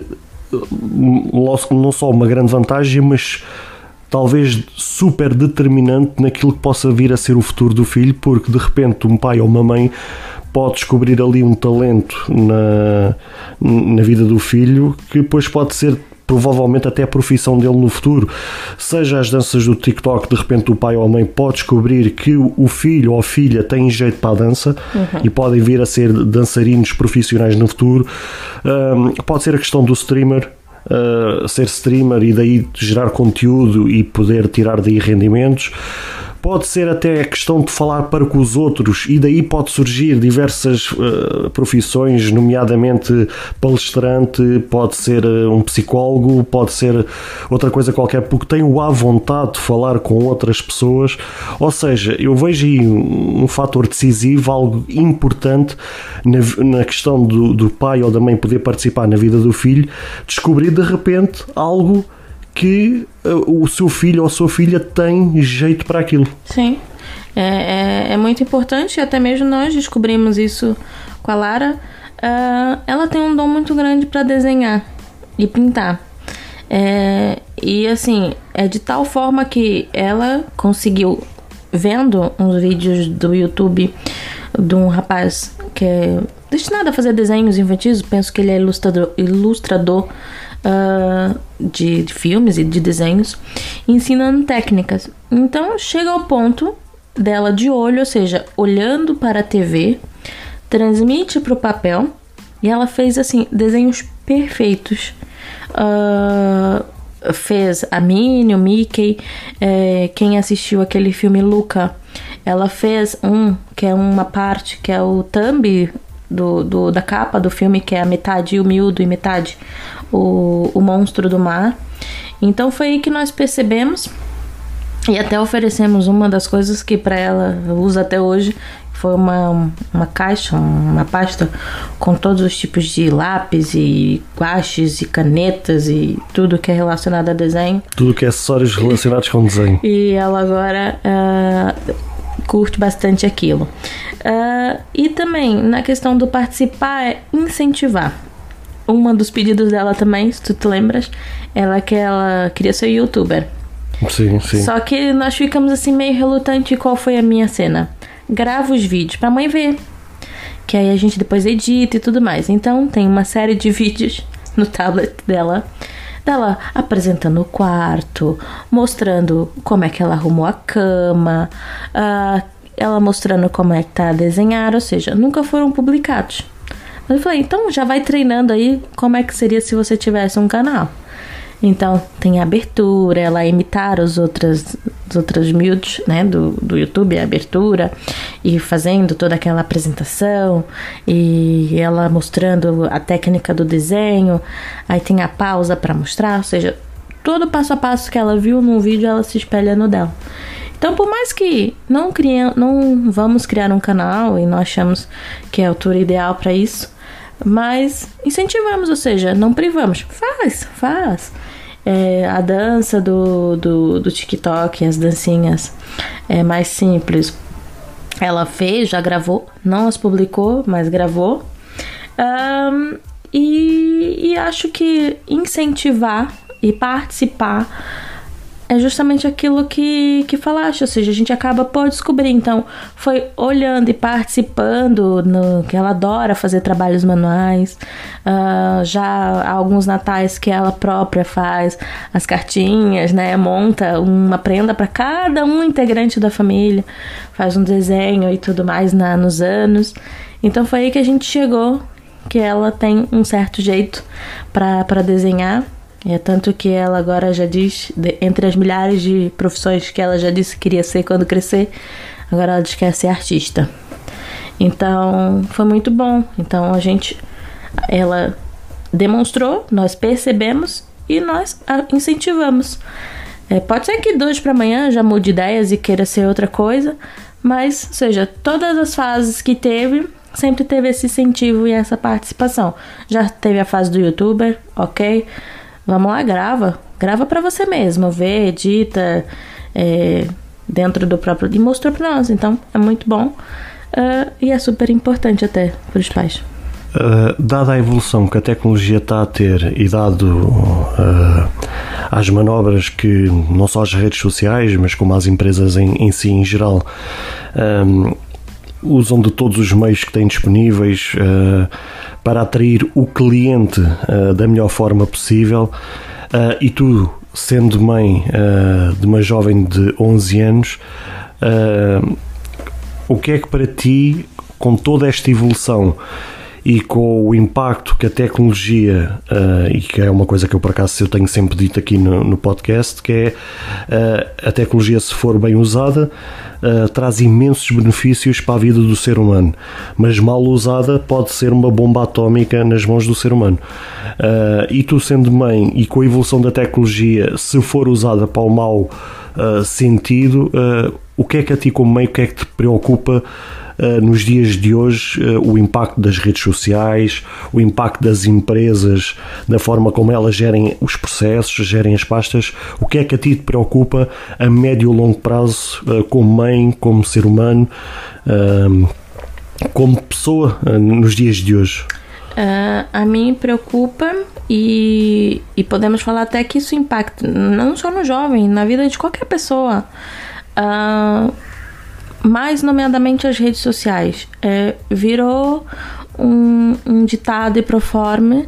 não só uma grande vantagem, mas talvez super determinante naquilo que possa vir a ser o futuro do filho, porque de repente um pai ou uma mãe pode descobrir ali um talento na, na vida do filho que depois pode ser provavelmente até a profissão dele no futuro. Seja as danças do TikTok, de repente o pai ou a mãe pode descobrir que o filho ou a filha tem jeito para a dança, uhum. e podem vir a ser dançarinos profissionais no futuro. Um, pode ser a questão do streamer, uh, ser streamer e daí gerar conteúdo e poder tirar daí rendimentos. Pode ser até a questão de falar para com os outros e daí pode surgir diversas uh, profissões, nomeadamente palestrante, pode ser uh, um psicólogo, pode ser outra coisa qualquer, porque tem o à vontade de falar com outras pessoas. Ou seja, eu vejo aí um, um fator decisivo, algo importante na, na questão do, do pai ou da mãe poder participar na vida do filho, descobrir de repente algo que o seu filho ou a sua filha tem jeito para aquilo. Sim, é, é, é muito importante, até mesmo nós descobrimos isso com a Lara. Uh, ela tem um dom muito grande para desenhar e pintar. É, e assim, é de tal forma que ela conseguiu, vendo uns vídeos do YouTube de um rapaz que é destinado a fazer desenhos infantis, penso que ele é ilustrador, ilustrador Uh, de, de filmes e de desenhos, ensinando técnicas. Então chega ao ponto dela de olho, ou seja, olhando para a T V, transmite para o papel, e ela fez assim desenhos perfeitos. Uh, fez a Minnie, o Mickey, é, quem assistiu aquele filme Luca, ela fez um que é uma parte que é o thumb do, do, da capa do filme, que é a metade o miúdo e metade o, o monstro do mar. Então foi aí que nós percebemos e até oferecemos uma das coisas que para ela usa até hoje, foi uma, uma caixa, uma pasta com todos os tipos de lápis e guaches e canetas e tudo que é relacionado a desenho. Tudo que é acessórios relacionados com desenho. E ela agora uh, curte bastante aquilo. Uh, e também, na questão do participar, é incentivar. Um dos pedidos dela também, se tu te lembras, ela que ela queria ser youtuber. Sim, sim. Só que nós ficamos assim meio relutante. Qual foi a minha cena? Grava os vídeos pra mãe ver, que aí a gente depois edita e tudo mais. Então tem uma série de vídeos no tablet dela, dela apresentando o quarto, mostrando como é que ela arrumou a cama, uh, ela mostrando como é que tá a desenhar, ou seja, nunca foram publicados. Mas eu falei, então já vai treinando aí como é que seria se você tivesse um canal. Então tem a abertura, ela imitar os outros, os outros miúdos, né, do, do YouTube, a abertura, e fazendo toda aquela apresentação, e ela mostrando a técnica do desenho, aí tem a pausa para mostrar, ou seja, todo passo a passo que ela viu num vídeo, ela se espelha no dela. Então, por mais que não, cria, não vamos criar um canal, e nós achamos que é a altura ideal para isso, mas incentivamos, ou seja, não privamos. Faz, faz. É, a dança do, do, do TikTok, as dancinhas é, mais simples, ela fez, já gravou, não as publicou, mas gravou. Um, e, e acho que incentivar e participar é justamente aquilo que, que falaste, ou seja, a gente acaba por descobrir. Então, foi olhando e participando, no, que ela adora fazer trabalhos manuais, uh, já há alguns natais que ela própria faz as cartinhas, né, monta uma prenda para cada um integrante da família, faz um desenho e tudo mais na, nos anos. Então, foi aí que a gente chegou, que ela tem um certo jeito para desenhar. É tanto que ela agora já diz, de, entre as milhares de profissões que ela já disse que queria ser quando crescer, agora ela diz que quer ser artista. Então, foi muito bom. Então, a gente, ela demonstrou, nós percebemos e nós a incentivamos. É, pode ser que de hoje para amanhã já mude ideias e queira ser outra coisa, mas, ou seja, todas as fases que teve, sempre teve esse incentivo e essa participação. Já teve a fase do youtuber, ok? Vamos lá, grava. Grava pra você mesmo. Vê, edita é, dentro do próprio... E mostrou pra nós. Então, é muito bom. Uh, e é super importante até pros pais. Uh, dada a evolução que a tecnologia está a ter e dado uh, às manobras que não só as redes sociais, mas como as empresas em, em si em geral... Um, usam de todos os meios que têm disponíveis uh, para atrair o cliente uh, da melhor forma possível. Uh, e tu, sendo mãe uh, de uma jovem de onze anos, uh, o que é que para ti, com toda esta evolução e com o impacto que a tecnologia, uh, e que é uma coisa que eu por acaso eu tenho sempre dito aqui no, no podcast, que é uh, a tecnologia, se for bem usada, uh, traz imensos benefícios para a vida do ser humano, mas mal usada pode ser uma bomba atómica nas mãos do ser humano. Uh, e tu, sendo mãe, e com a evolução da tecnologia, se for usada para o mau uh, sentido, uh, o que é que a ti como mãe, o que é que te preocupa Uh, nos dias de hoje, uh, o impacto das redes sociais, o impacto das empresas, da forma como elas gerem os processos, gerem as pastas? O que é que a ti te preocupa a médio e longo prazo, uh, como mãe, como ser humano, uh, como pessoa, uh, nos dias de hoje? Uh, a mim preocupa e, e podemos falar até que isso impacta não só no jovem, na vida de qualquer pessoa. Uh, mais nomeadamente as redes sociais. É, virou um, um ditado e proforme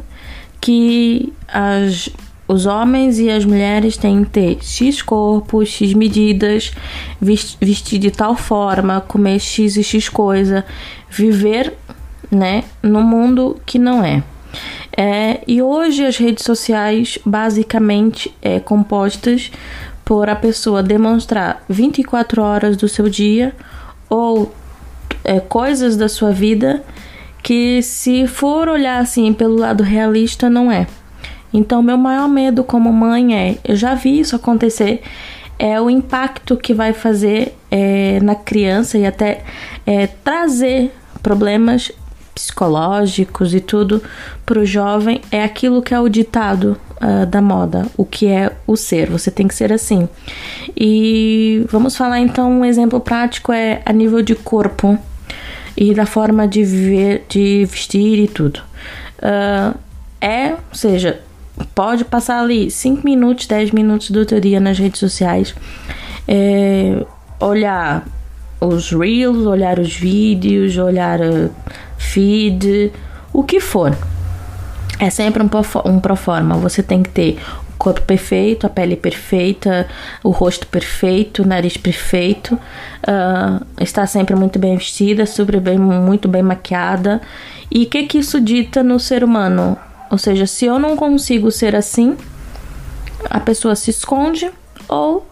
que as, os homens e as mulheres têm que ter X corpos, X medidas, vestir de tal forma, comer X e X coisa, viver, né, num mundo que não é. É, e hoje as redes sociais basicamente é compostas por a pessoa demonstrar vinte e quatro horas do seu dia ou é, coisas da sua vida que, se for olhar assim pelo lado realista, não é. Então, meu maior medo como mãe é, eu já vi isso acontecer, é o impacto que vai fazer é, na criança e até é, trazer problemas psicológicos e tudo para o jovem. É aquilo que é o ditado uh, da moda, o que é o ser, você tem que ser assim. E vamos falar então, um exemplo prático é a nível de corpo e da forma de viver, de vestir e tudo. Uh, é, ou seja, pode passar ali cinco minutos, dez minutos do teu dia nas redes sociais, é, olhar os reels, olhar os vídeos, olhar uh, feed, o que for. É sempre um, um proforma. Você tem que ter o corpo perfeito, a pele perfeita, o rosto perfeito, o nariz perfeito, uh, estar sempre muito bem vestida, super bem, muito bem maquiada. E o que que isso dita no ser humano? Ou seja, se eu não consigo ser assim, a pessoa se esconde ou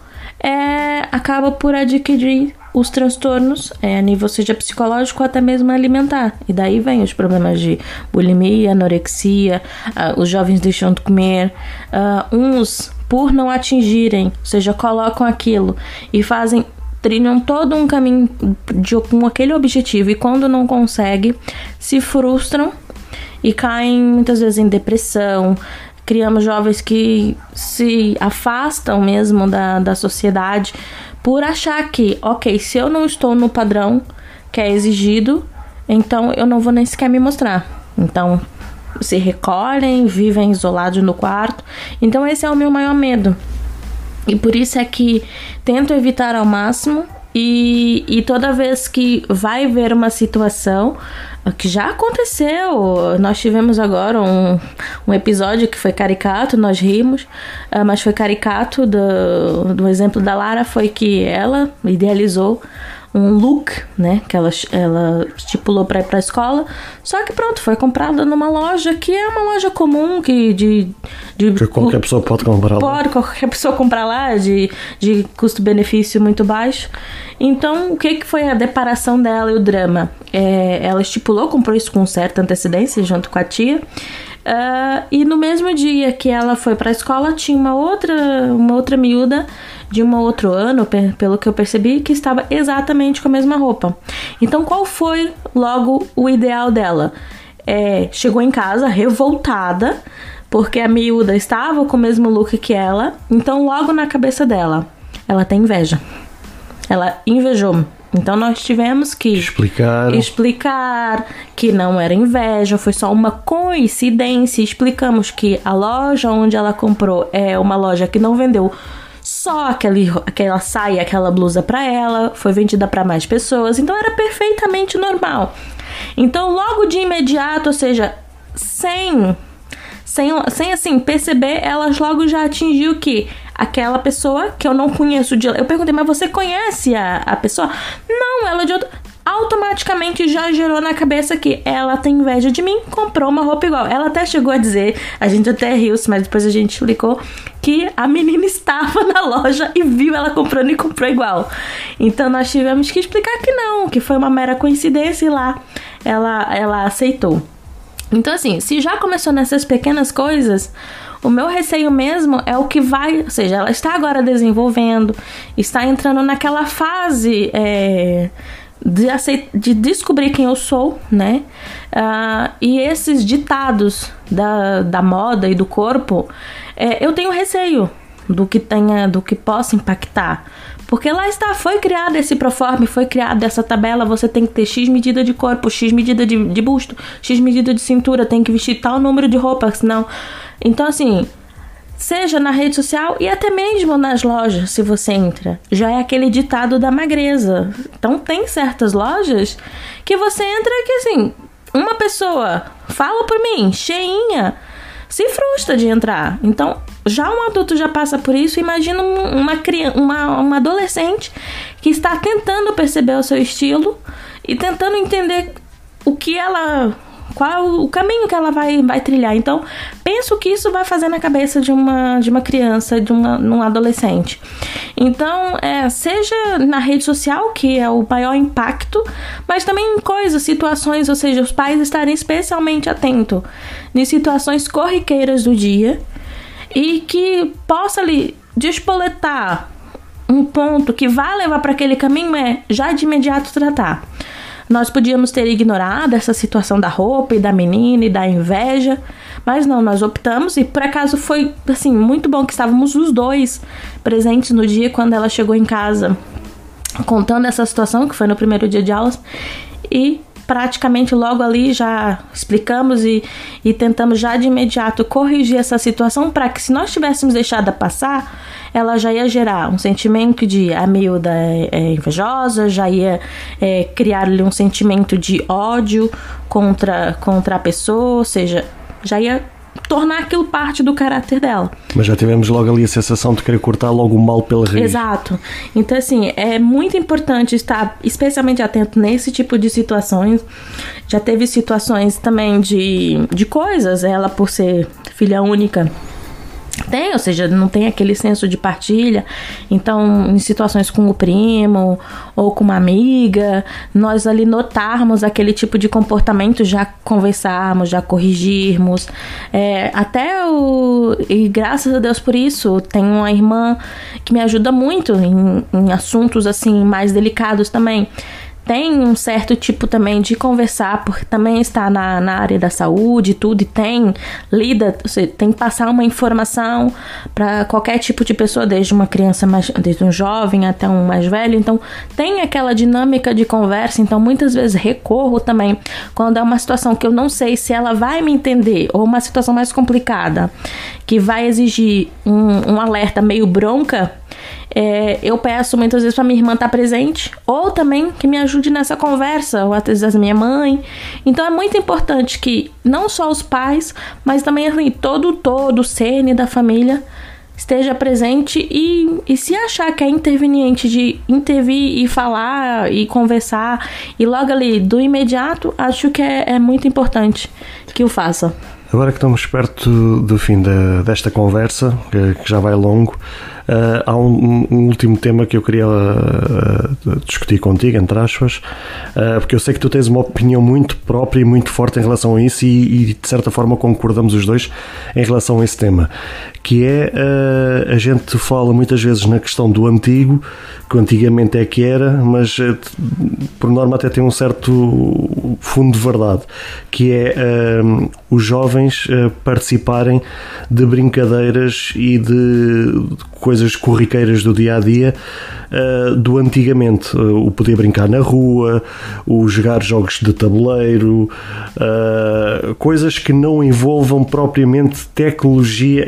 é, acaba por adquirir os transtornos, é, a nível seja psicológico ou até mesmo alimentar. E daí vem os problemas de bulimia, anorexia, uh, os jovens deixam de comer, uh, uns por não atingirem, ou seja, colocam aquilo e fazem, trilham todo um caminho de, com aquele objetivo, e quando não conseguem, se frustram e caem muitas vezes em depressão. Criamos jovens que se afastam mesmo da, da sociedade por achar que, ok, se eu não estou no padrão que é exigido, então eu não vou nem sequer me mostrar. Então, se recolhem, vivem isolados no quarto. Então, esse é o meu maior medo. E por isso é que tento evitar ao máximo. E, e toda vez que vai ver uma situação que já aconteceu, nós tivemos agora um, um episódio que foi caricato, nós rimos, uh, mas foi caricato do, do exemplo da Lara, foi que ela idealizou um look, né, que ela, ela estipulou para ir para a escola, só que pronto, foi comprada numa loja que é uma loja comum, que de... de que qualquer pessoa pode comprar lá. Pode qualquer pessoa comprar lá, de, de custo-benefício muito baixo. Então, o que, que foi a deparação dela e o drama? É, ela estipulou, comprou isso com certa antecedência, junto com a tia, uh, e no mesmo dia que ela foi para a escola, tinha uma outra, uma outra miúda de um outro ano, pelo que eu percebi, que estava exatamente com a mesma roupa. Então, qual foi logo o ideal dela? É, chegou em casa revoltada, porque a miúda estava com o mesmo look que ela. Então, logo na cabeça dela, ela tem inveja. Ela invejou. Então, nós tivemos que explicar. explicar que não era inveja, foi só uma coincidência. Explicamos que a loja onde ela comprou é uma loja que não vendeu só aquele, aquela saia, aquela blusa para ela, foi vendida para mais pessoas, então era perfeitamente normal. Então logo de imediato, ou seja, sem, sem, sem assim perceber, elas logo já atingiu que aquela pessoa que eu não conheço de... Eu perguntei, mas você conhece a, a pessoa? Não, ela é de outro... Automaticamente já gerou na cabeça que ela tem inveja de mim, comprou uma roupa igual. Ela até chegou a dizer, a gente até riu, mas depois a gente explicou, que a menina estava na loja e viu ela comprando e comprou igual. Então nós tivemos que explicar que não, que foi uma mera coincidência e lá ela, ela aceitou. Então assim, se já começou nessas pequenas coisas, o meu receio mesmo é o que vai... Ou seja, ela está agora desenvolvendo, está entrando naquela fase... É, De, aceit- de descobrir quem eu sou, né? Uh, e esses ditados da, da moda e do corpo, é, eu tenho receio do que tenha, do que possa impactar. Porque lá está, foi criado esse proforme, foi criada essa tabela, você tem que ter X medida de corpo, X medida de, de busto, X medida de cintura, tem que vestir tal número de roupa, senão... Então, assim... Seja na rede social e até mesmo nas lojas, se você entra, já é aquele ditado da magreza. Então tem certas lojas que você entra que assim, uma pessoa fala por mim, cheinha, se frustra de entrar. Então já um adulto já passa por isso, imagina uma, criança, uma, uma adolescente que está tentando perceber o seu estilo e tentando entender o que ela... qual o caminho que ela vai, vai trilhar. Então, penso que isso vai fazer na cabeça de uma, de uma criança, de uma, um adolescente. Então, é, seja na rede social, que é o maior impacto, mas também em coisas, situações, ou seja, os pais estarem especialmente atentos em situações corriqueiras do dia e que possa ali despoletar um ponto que vai levar para aquele caminho, é já de imediato tratar. Nós podíamos ter ignorado essa situação da roupa e da menina e da inveja, mas não, nós optamos e por acaso foi assim, muito bom que estávamos os dois presentes no dia quando ela chegou em casa contando essa situação, que foi no primeiro dia de aulas, e praticamente logo ali já explicamos e, e tentamos já de imediato corrigir essa situação para que se nós tivéssemos deixado passar, ela já ia gerar um sentimento de a miúda é, é invejosa, já ia é, criar-lhe um sentimento de ódio contra, contra a pessoa, ou seja, já ia tornar aquilo parte do caráter dela. Mas já tivemos logo ali a sensação de querer cortar logo o mal pela raiz. Exato. Então, assim, é muito importante estar especialmente atento nesse tipo de situações. Já teve situações também de, de coisas, ela por ser filha única... Tem, ou seja, não tem aquele senso de partilha. Então, em situações com o primo ou com uma amiga, nós ali notarmos aquele tipo de comportamento, já conversarmos, já corrigirmos. É, até o... E graças a Deus por isso, tenho uma irmã que me ajuda muito em, em assuntos assim mais delicados também. Tem um certo tipo também de conversar, porque também está na, na área da saúde e tudo, e tem, lida, você tem que passar uma informação para qualquer tipo de pessoa, desde uma criança, mais, desde um jovem até um mais velho, então tem aquela dinâmica de conversa, então muitas vezes recorro também, quando é uma situação que eu não sei se ela vai me entender, ou uma situação mais complicada, que vai exigir um, um alerta meio bronca, É, eu peço muitas vezes para minha irmã estar presente, ou também que me ajude nessa conversa, ou às vezes a minha mãe. Então é muito importante que não só os pais, mas também assim, todo todo o cerne da família esteja presente e, e se achar que é interveniente de intervir e falar e conversar e logo ali do imediato, acho que é, é muito importante que o faça. Agora que estamos perto do fim da, desta conversa, que, que já vai longo, uh, há um, um último tema que eu queria uh, discutir contigo, entre aspas, uh, porque eu sei que tu tens uma opinião muito própria e muito forte em relação a isso e, e de certa forma concordamos os dois em relação a esse tema, que é, uh, a gente fala muitas vezes na questão do antigo, que antigamente é que era, mas uh, por norma até tem um certo fundo de verdade, que é uh, os jovens participarem de brincadeiras e de coisas corriqueiras do dia a dia uh, do antigamente, uh, o poder brincar na rua, o jogar jogos de tabuleiro, uh, coisas que não envolvam propriamente tecnologia em si.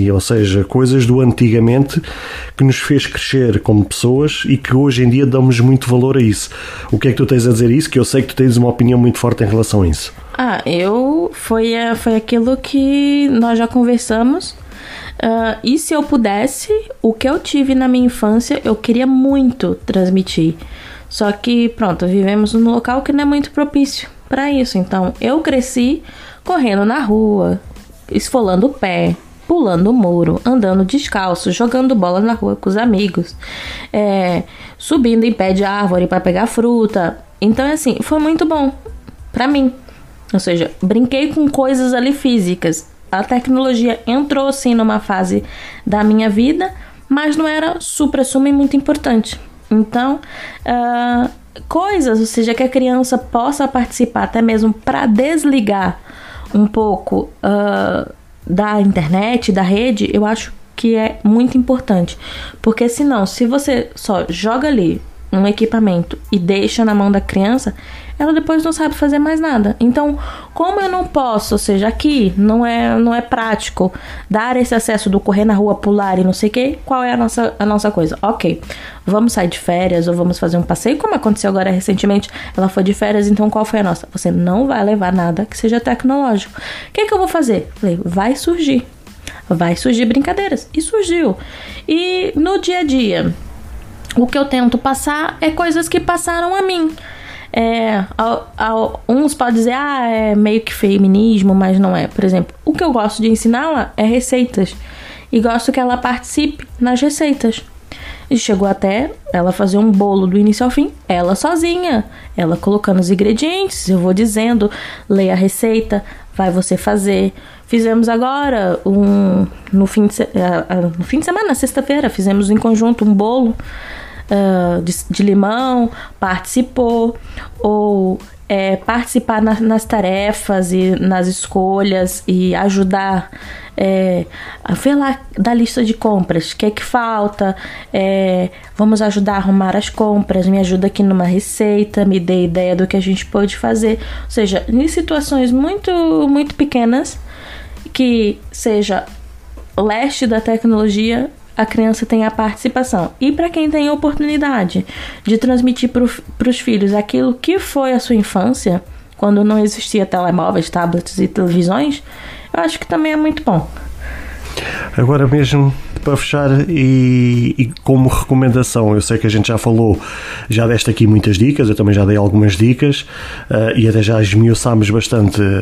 si, ou seja, coisas do antigamente que nos fez crescer como pessoas e que hoje em dia damos muito valor a isso. O que é que tu tens a dizer isso? Que eu sei que tu tens uma opinião muito forte em relação a isso. Ah, eu... Foi, foi aquilo que nós já conversamos. Uh, e se eu pudesse, o que eu tive na minha infância, eu queria muito transmitir. Só que, pronto, vivemos num local que não é muito propício para isso. Então, eu cresci correndo na rua, esfolando o pé, pulando o muro, andando descalço, jogando bola na rua com os amigos, é, subindo em pé de árvore para pegar fruta. Então, assim, foi muito bom para mim. Ou seja, brinquei com coisas ali físicas. A tecnologia entrou, sim, numa fase da minha vida, mas não era supra-sumo e muito importante. Então, uh, coisas, ou seja, que a criança possa participar até mesmo para desligar um pouco uh, da internet, da rede, eu acho que é muito importante. Porque senão, se você só joga ali um equipamento e deixa na mão da criança, ela depois não sabe fazer mais nada. Então, como eu não posso, ou seja, aqui não é, não é prático dar esse acesso do correr na rua, pular e não sei o que, qual é a nossa, a nossa coisa? Ok, vamos sair de férias ou vamos fazer um passeio, como aconteceu agora recentemente, ela foi de férias, então qual foi a nossa? Você não vai levar nada que seja tecnológico. O que, que eu vou fazer? Falei, vai surgir. Vai surgir brincadeiras. E surgiu. E no dia a dia, o que eu tento passar é coisas que passaram a mim. É, ao, ao, uns podem dizer, ah, é meio que feminismo, mas não é. Por exemplo, o que eu gosto de ensiná-la é receitas. E gosto que ela participe nas receitas. E chegou até ela fazer um bolo do início ao fim, ela sozinha. Ela colocando os ingredientes, eu vou dizendo, leia a receita, vai você fazer. Fizemos agora, um, no, fim de, uh, uh, no fim de semana, na sexta-feira, fizemos em conjunto um bolo Uh, de, de limão, participou, ou é, participar na, nas tarefas e nas escolhas e ajudar é, a ver lá da lista de compras, o que é que falta, é, vamos ajudar a arrumar as compras, me ajuda aqui numa receita, me dê ideia do que a gente pode fazer. Ou seja, em situações muito, muito pequenas, que seja leste da tecnologia, a criança tem a participação. E para quem tem a oportunidade de transmitir para os filhos aquilo que foi a sua infância, quando não existia telemóveis, tablets e televisões, eu acho que também é muito bom. Agora mesmo, para fechar e, e como recomendação, eu sei que a gente já falou, já deste aqui muitas dicas, eu também já dei algumas dicas uh, e até já esmiuçámos bastante uh,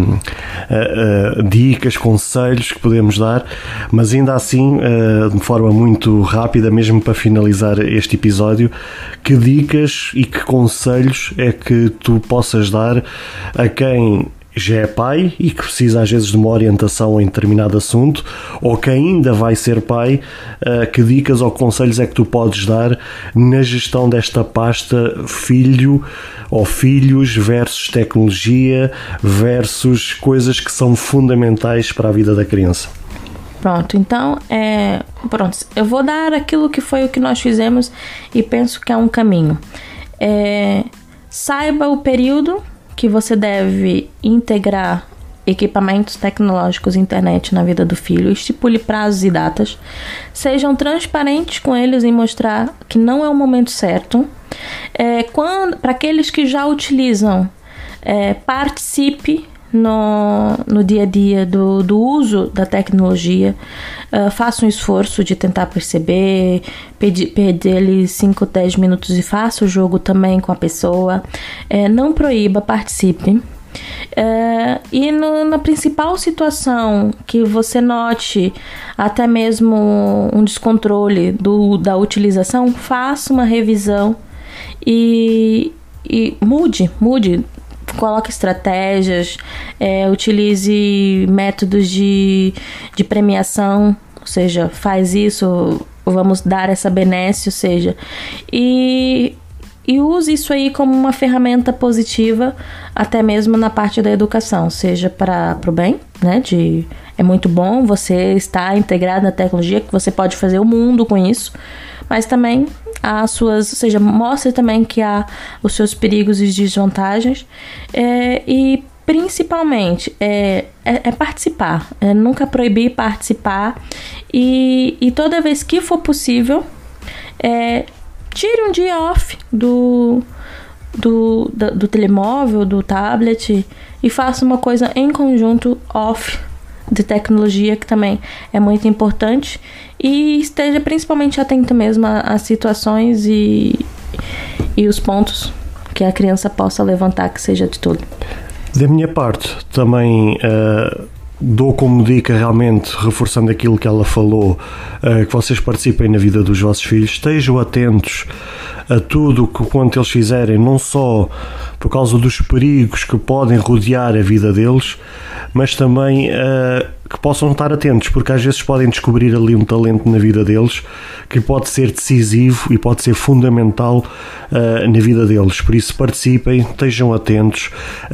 uh, uh, dicas, conselhos que podemos dar, mas ainda assim, uh, de forma muito rápida, mesmo para finalizar este episódio, que dicas e que conselhos é que tu possas dar a quem já é pai e que precisa às vezes de uma orientação em determinado assunto, ou que ainda vai ser pai, que dicas ou conselhos é que tu podes dar na gestão desta pasta filho ou filhos versus tecnologia versus coisas que são fundamentais para a vida da criança? Pronto, então, é, pronto, eu vou dar aquilo que foi o que nós fizemos e penso que é um caminho. É, saiba o período que você deve integrar equipamentos tecnológicos e internet na vida do filho, estipule prazos e datas, sejam transparentes com eles em mostrar que não é o momento certo. É, quando, para aqueles que já utilizam, é, participe no, no dia a dia do, do uso da tecnologia, uh, faça um esforço de tentar perceber, pedir, pedir ali cinco, dez minutos e faça o jogo também com a pessoa, é, não proíba, participe. É, e no, na principal situação que você note até mesmo um descontrole do, da utilização, faça uma revisão e, e mude, mude. Coloque estratégias, é, utilize métodos de, de premiação, ou seja, faz isso, vamos dar essa benesse, ou seja, e, e use isso aí como uma ferramenta positiva, até mesmo na parte da educação, seja para o bem, né, de, é muito bom você estar integrado na tecnologia, que você pode fazer o mundo com isso, mas também as suas, ou seja, mostre também que há os seus perigos e desvantagens, é, e principalmente, é, é, é participar, é nunca proibir participar, e, e toda vez que for possível, é, tire um dia off do, do, do, do telemóvel, do tablet, e faça uma coisa em conjunto off de tecnologia, que também é muito importante, e esteja principalmente atento mesmo às situações e, e os pontos que a criança possa levantar, que seja de tudo. Da minha parte, também uh, dou como dica, realmente, reforçando aquilo que ela falou, uh, que vocês participem na vida dos vossos filhos, estejam atentos a tudo o que quanto eles fizerem, não só por causa dos perigos que podem rodear a vida deles, mas também uh, que possam estar atentos, porque às vezes podem descobrir ali um talento na vida deles que pode ser decisivo e pode ser fundamental uh, na vida deles. Por isso, participem, estejam atentos,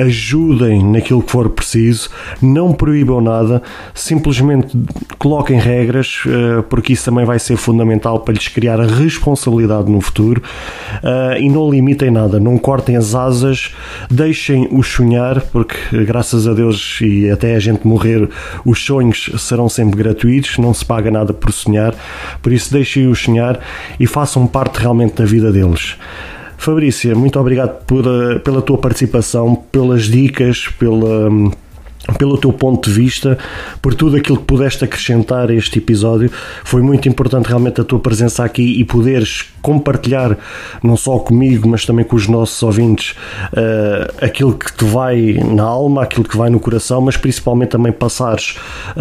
ajudem naquilo que for preciso, não proíbam nada, simplesmente coloquem regras, uh, porque isso também vai ser fundamental para lhes criar a responsabilidade no futuro, uh, e não limitem nada, não cortem as asas, deixem-os sonhar, porque graças a Deus e até a gente morrer, os sonhos serão sempre gratuitos, não se paga nada por sonhar, por isso deixem-os sonhar e façam parte realmente da vida deles. Fabrícia, muito obrigado por, pela tua participação, pelas dicas, pela... pelo teu ponto de vista, por tudo aquilo que pudeste acrescentar a este episódio. Foi muito importante realmente a tua presença aqui e poderes compartilhar, não só comigo, mas também com os nossos ouvintes, uh, aquilo que te vai na alma, aquilo que vai no coração, mas principalmente também passares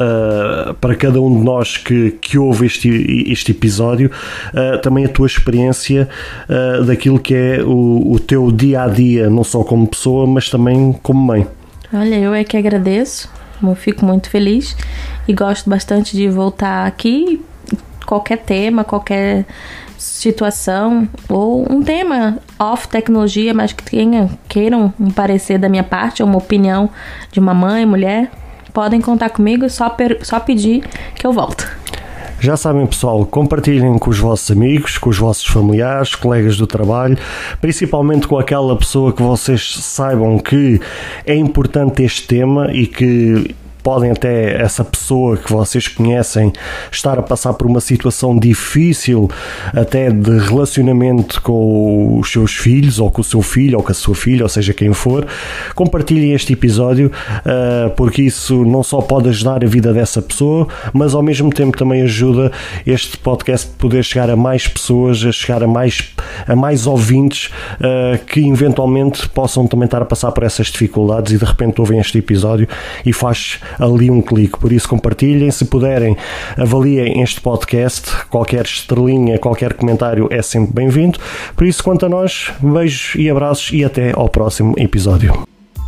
uh, para cada um de nós que, que ouve este, este episódio, uh, também a tua experiência uh, daquilo que é o, o teu dia-a-dia, não só como pessoa, mas também como mãe. Olha, eu é que agradeço, eu fico muito feliz e gosto bastante de voltar aqui, qualquer tema, qualquer situação, ou um tema off tecnologia, mas que tenha, queiram um parecer da minha parte, ou uma opinião de uma mãe, mulher, podem contar comigo, só, per, só pedir que eu volto. Já sabem, pessoal, compartilhem com os vossos amigos, com os vossos familiares, colegas do trabalho, principalmente com aquela pessoa que vocês saibam que é importante este tema e que podem até essa pessoa que vocês conhecem estar a passar por uma situação difícil até de relacionamento com os seus filhos, ou com o seu filho, ou com a sua filha, ou seja, quem for. Compartilhem este episódio, porque isso não só pode ajudar a vida dessa pessoa, mas ao mesmo tempo também ajuda este podcast a poder chegar a mais pessoas, a chegar a mais, a mais ouvintes que eventualmente possam também estar a passar por essas dificuldades e de repente ouvem este episódio e faz ali um clique. Por isso, compartilhem, se puderem, avaliem este podcast, qualquer estrelinha, qualquer comentário é sempre bem-vindo. Por isso, quanto a nós, beijos e abraços e até ao próximo episódio.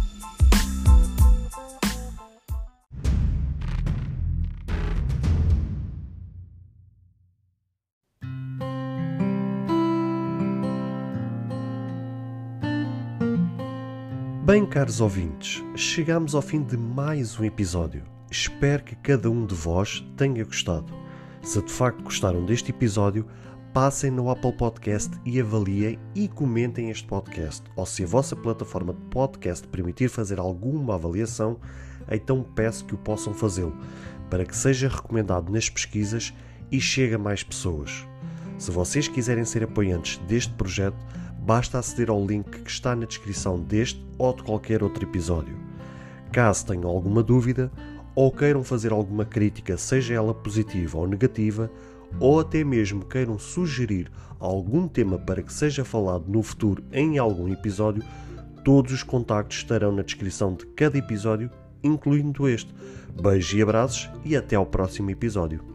Bem, caros ouvintes, chegamos ao fim de mais um episódio. Espero que cada um de vós tenha gostado. Se de facto gostaram deste episódio, passem no Apple Podcast e avaliem e comentem este podcast. Ou se a vossa plataforma de podcast permitir fazer alguma avaliação, então peço que o possam fazê-lo, para que seja recomendado nas pesquisas e chegue a mais pessoas. Se vocês quiserem ser apoiantes deste projeto, basta aceder ao link que está na descrição deste ou de qualquer outro episódio. Caso tenham alguma dúvida ou queiram fazer alguma crítica, seja ela positiva ou negativa, ou até mesmo queiram sugerir algum tema para que seja falado no futuro em algum episódio, todos os contactos estarão na descrição de cada episódio, incluindo este. Beijos e abraços e até ao próximo episódio.